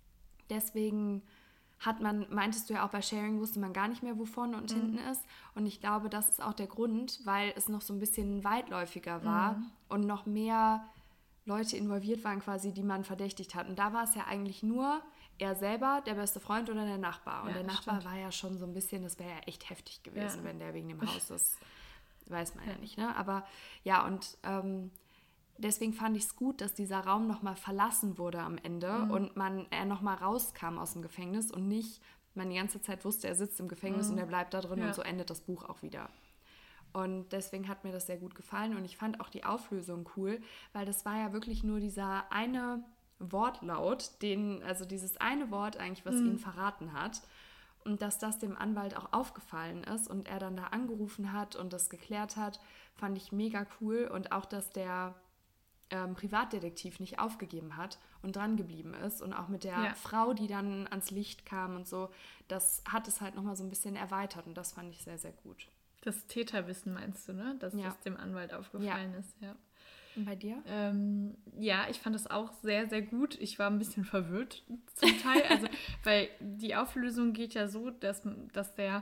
deswegen hat man, meintest du ja auch, bei Sharing wusste man gar nicht mehr, wo vorne und Mhm. hinten ist. Und ich glaube, das ist auch der Grund, weil es noch so ein bisschen weitläufiger war Mhm. und noch mehr Leute involviert waren quasi, die man verdächtigt hat. Und da war es ja eigentlich nur er selber, der beste Freund oder der Nachbar. Und Ja, der das Nachbar stimmt. war ja schon so ein bisschen, das wäre ja echt heftig gewesen, Ja. wenn der wegen dem Haus ist. Weiß man ja, Ja. nicht, ne? Aber ja, und ähm, deswegen fand ich es gut, dass dieser Raum nochmal verlassen wurde am Ende Mhm. und man er nochmal rauskam aus dem Gefängnis und nicht man die ganze Zeit wusste, er sitzt im Gefängnis mhm. und er bleibt da drin ja. und so endet das Buch auch wieder. Und deswegen hat mir das sehr gut gefallen und ich fand auch die Auflösung cool, weil das war ja wirklich nur dieser eine Wortlaut, den, also dieses eine Wort eigentlich, was mhm. ihn verraten hat. Und dass das dem Anwalt auch aufgefallen ist und er dann da angerufen hat und das geklärt hat, fand ich mega cool. Und auch, dass der ähm, Privatdetektiv nicht aufgegeben hat und dran geblieben ist. Und auch mit der ja. Frau, die dann ans Licht kam und so, das hat es halt nochmal so ein bisschen erweitert. Und das fand ich sehr, sehr gut. Das Täterwissen meinst du, ne? Dass ja. das dem Anwalt aufgefallen ja. ist, ja. Und bei dir? Ähm, ja, ich fand das auch sehr, sehr gut. Ich war ein bisschen verwirrt zum Teil. Also, weil die Auflösung geht ja so, dass, dass der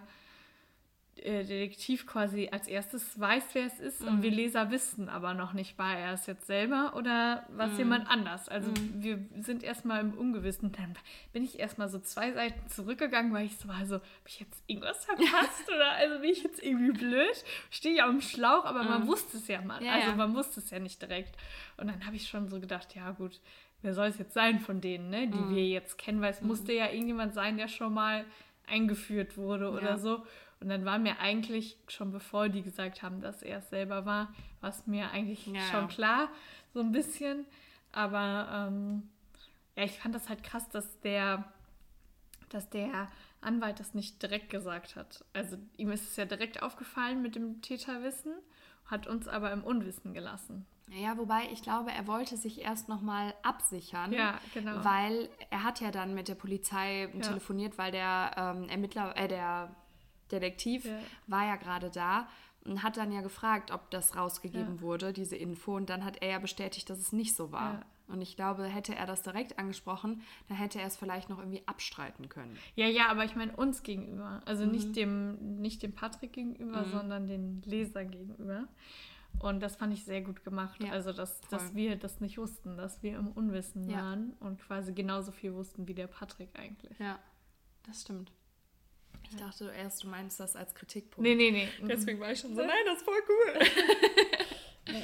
äh, Detektiv quasi als erstes weiß, wer es ist. Mhm. Und wir Leser wissen aber noch nicht, war er es jetzt selber oder war es mhm. jemand anders. Also mhm. wir sind erstmal im Ungewissen. Dann bin ich erstmal so zwei Seiten zurückgegangen, weil ich so war so, habe ich jetzt irgendwas verpasst oder also bin ich jetzt irgendwie blöd? Stehe ja am Schlauch, aber mhm. man wusste es ja mal. Ja, also ja. man wusste es ja nicht direkt. Und dann habe ich schon so gedacht, ja gut, wer soll es jetzt sein von denen, ne, die mhm. wir jetzt kennen, weil es mhm. musste ja irgendjemand sein, der schon mal eingeführt wurde ja. oder so. Und dann war mir eigentlich, schon bevor die gesagt haben, dass er es selber war, war es mir eigentlich ja, schon ja. klar, so ein bisschen. Aber ähm, ja, ich fand das halt krass, dass der, dass der Anwalt das nicht direkt gesagt hat. Also ihm ist es ja direkt aufgefallen mit dem Täterwissen, hat uns aber im Unwissen gelassen. Ja, wobei ich glaube, er wollte sich erst nochmal absichern, ja, genau. weil er hat ja dann mit der Polizei ja. telefoniert, weil der ähm, Ermittler, äh, der Detektiv ja. war ja gerade da und hat dann ja gefragt, ob das rausgegeben ja. wurde, diese Info. Und dann hat er ja bestätigt, dass es nicht so war. Ja. Und ich glaube, hätte er das direkt angesprochen, dann hätte er es vielleicht noch irgendwie abstreiten können. Ja, ja, aber ich meine uns gegenüber. Also mhm. nicht dem, nicht dem Patrick gegenüber, mhm. sondern den Leser gegenüber. Und das fand ich sehr gut gemacht. Ja, also, dass, dass wir das nicht wussten, dass wir im Unwissen ja. waren und quasi genauso viel wussten wie der Patrick eigentlich. Ja, das stimmt. Ich ja. dachte erst, du meinst das als Kritikpunkt. Nee, nee, nee. Deswegen war ich schon so, nein, das ist voll cool. nee.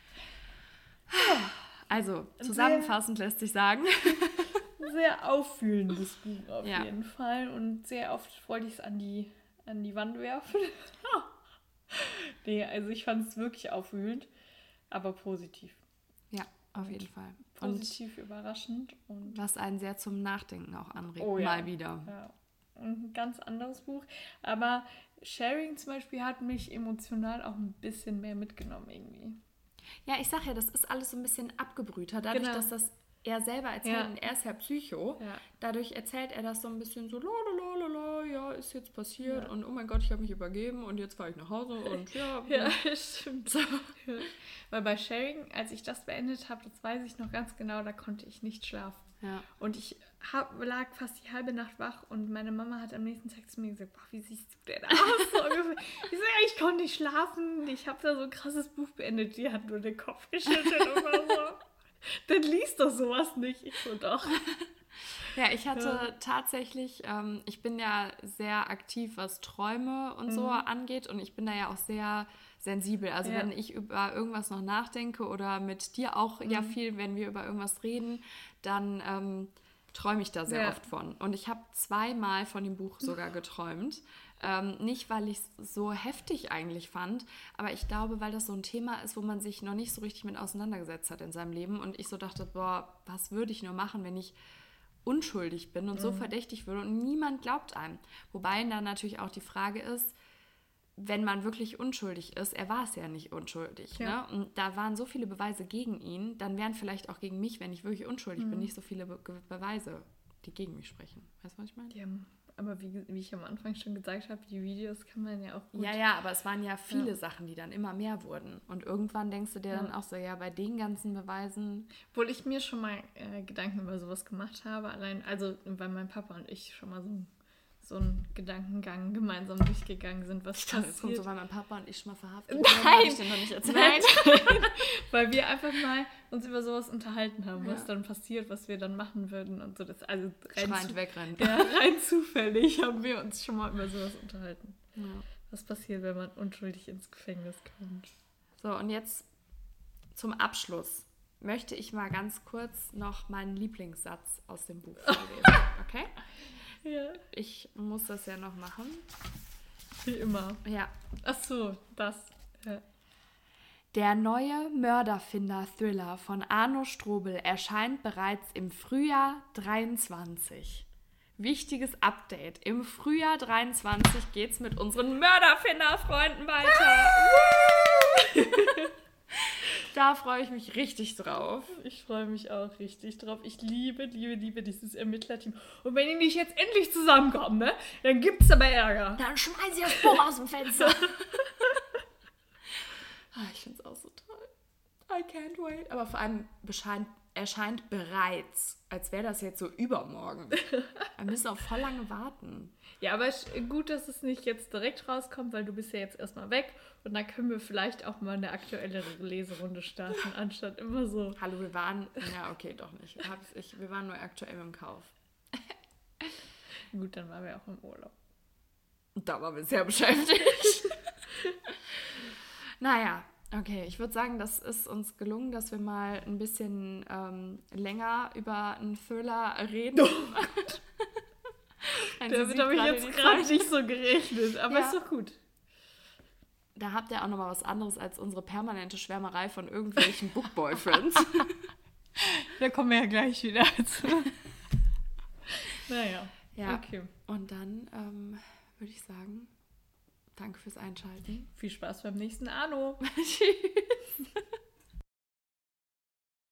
Also, zusammenfassend sehr, lässt sich sagen. Sehr auffühlendes Buch auf ja. jeden Fall. Und sehr oft wollte ich es an die, an die Wand werfen. Nee, also ich fand es wirklich aufwühlend, aber positiv. Ja, auf jeden Fall. Positiv und überraschend. Und was einen sehr zum Nachdenken auch anregt, oh, ja. mal wieder. Ja. Und ein ganz anderes Buch. Aber Sharing zum Beispiel hat mich emotional auch ein bisschen mehr mitgenommen irgendwie. Ja, ich sag ja, das ist alles so ein bisschen abgebrühter, dadurch, genau. dass das er selber erzählt, ja. und er ist ja Psycho, ja. dadurch erzählt er das so ein bisschen so, lalalala, ja, ist jetzt passiert ja. und oh mein Gott, ich habe mich übergeben und jetzt fahre ich nach Hause und ja. Ja, stimmt. So. Ja. Weil bei Sharing, als ich das beendet habe, das weiß ich noch ganz genau, da konnte ich nicht schlafen. Ja. Und ich hab, lag fast die halbe Nacht wach und meine Mama hat am nächsten Tag zu mir gesagt, boah, wie siehst du denn aus? So ungefähr. Ich sage, ich konnte nicht schlafen, ich habe da so ein krasses Buch beendet, die hat nur den Kopf geschüttelt und war so. Dann liest doch sowas nicht. Ich so, doch. Ja, ich hatte ja. tatsächlich, ähm, ich bin ja sehr aktiv, was Träume und mhm. so angeht und ich bin da ja auch sehr sensibel. Also ja. wenn ich über irgendwas noch nachdenke oder mit dir auch mhm. ja viel, wenn wir über irgendwas reden, dann ähm, träume ich da sehr ja. oft von. Und ich habe zweimal von dem Buch sogar geträumt. Ähm, nicht, weil ich es so heftig eigentlich fand, aber ich glaube, weil das so ein Thema ist, wo man sich noch nicht so richtig mit auseinandergesetzt hat in seinem Leben und ich so dachte, boah, was würde ich nur machen, wenn ich unschuldig bin und mhm. so verdächtig würde und niemand glaubt einem. Wobei dann natürlich auch die Frage ist, wenn man wirklich unschuldig ist, er war es ja nicht unschuldig, ja. ne? Und da waren so viele Beweise gegen ihn, dann wären vielleicht auch gegen mich, wenn ich wirklich unschuldig mhm. bin, nicht so viele Be- Beweise, die gegen mich sprechen. Weißt du, was ich meine? Ja. Aber wie, wie ich am Anfang schon gesagt habe, die Videos kann man ja auch gut... Ja, ja, aber es waren ja viele ja. Sachen, die dann immer mehr wurden. Und irgendwann denkst du dir ja. dann auch so, ja, bei den ganzen Beweisen... Obwohl ich mir schon mal äh, Gedanken über sowas gemacht habe, allein, also weil mein Papa und ich schon mal so, so einen Gedankengang gemeinsam durchgegangen sind, was passiert. Das kommt so, weil mein Papa und ich schon mal verhaftet wurden, habe ich dir noch nicht erzählt. Nein, weil wir einfach mal uns über sowas unterhalten haben, was ja. dann passiert, was wir dann machen würden und so. Das, also rein Schreiend zu, wegrennen. Ja, rein zufällig haben wir uns schon mal über sowas unterhalten. Ja. Was passiert, wenn man unschuldig ins Gefängnis kommt. So, und jetzt zum Abschluss möchte ich mal ganz kurz noch meinen Lieblingssatz aus dem Buch vorlesen. Okay? Ja. Ich muss das ja noch machen. Wie immer. Ja. Ach so, das. Ja. Der neue Mörderfinder-Thriller von Arno Strobel erscheint bereits im Frühjahr dreiundzwanzig. Wichtiges Update. Im Frühjahr dreiundzwanzig geht's mit unseren Mörderfinder-Freunden weiter. Da freue ich mich richtig drauf. Ich freue mich auch richtig drauf. Ich liebe, liebe, liebe dieses Ermittlerteam. Und wenn die nicht jetzt endlich zusammenkommen, ne, dann gibt's aber Ärger. Dann schmeiß ich das Buch aus dem Fenster. Ah, ich finde es auch so toll. I can't wait. Aber vor allem bescheint, erscheint bereits, als wäre das jetzt so übermorgen. Wir müssen auch voll lange warten. Ja, aber gut, dass es nicht jetzt direkt rauskommt, weil du bist ja jetzt erstmal weg. Und dann können wir vielleicht auch mal eine aktuellere Leserunde starten, anstatt immer so. Hallo, wir waren... Ja, okay, doch nicht. Hab's, ich, wir waren nur aktuell im Kauf. Gut, dann waren wir auch im Urlaub. Und da waren wir sehr beschäftigt. Naja, okay. Ich würde sagen, das ist uns gelungen, dass wir mal ein bisschen ähm, länger über einen Thriller reden. Oh. Damit habe ich jetzt gerade nicht so gerechnet, aber ja. Ist doch gut. Da habt ihr auch nochmal was anderes als unsere permanente Schwärmerei von irgendwelchen Book-Boyfriends. Da kommen wir ja gleich wieder zu. Naja, ja. Okay. Und dann ähm, würde ich sagen, danke fürs Einschalten. Viel Spaß beim nächsten Arno. Tschüss.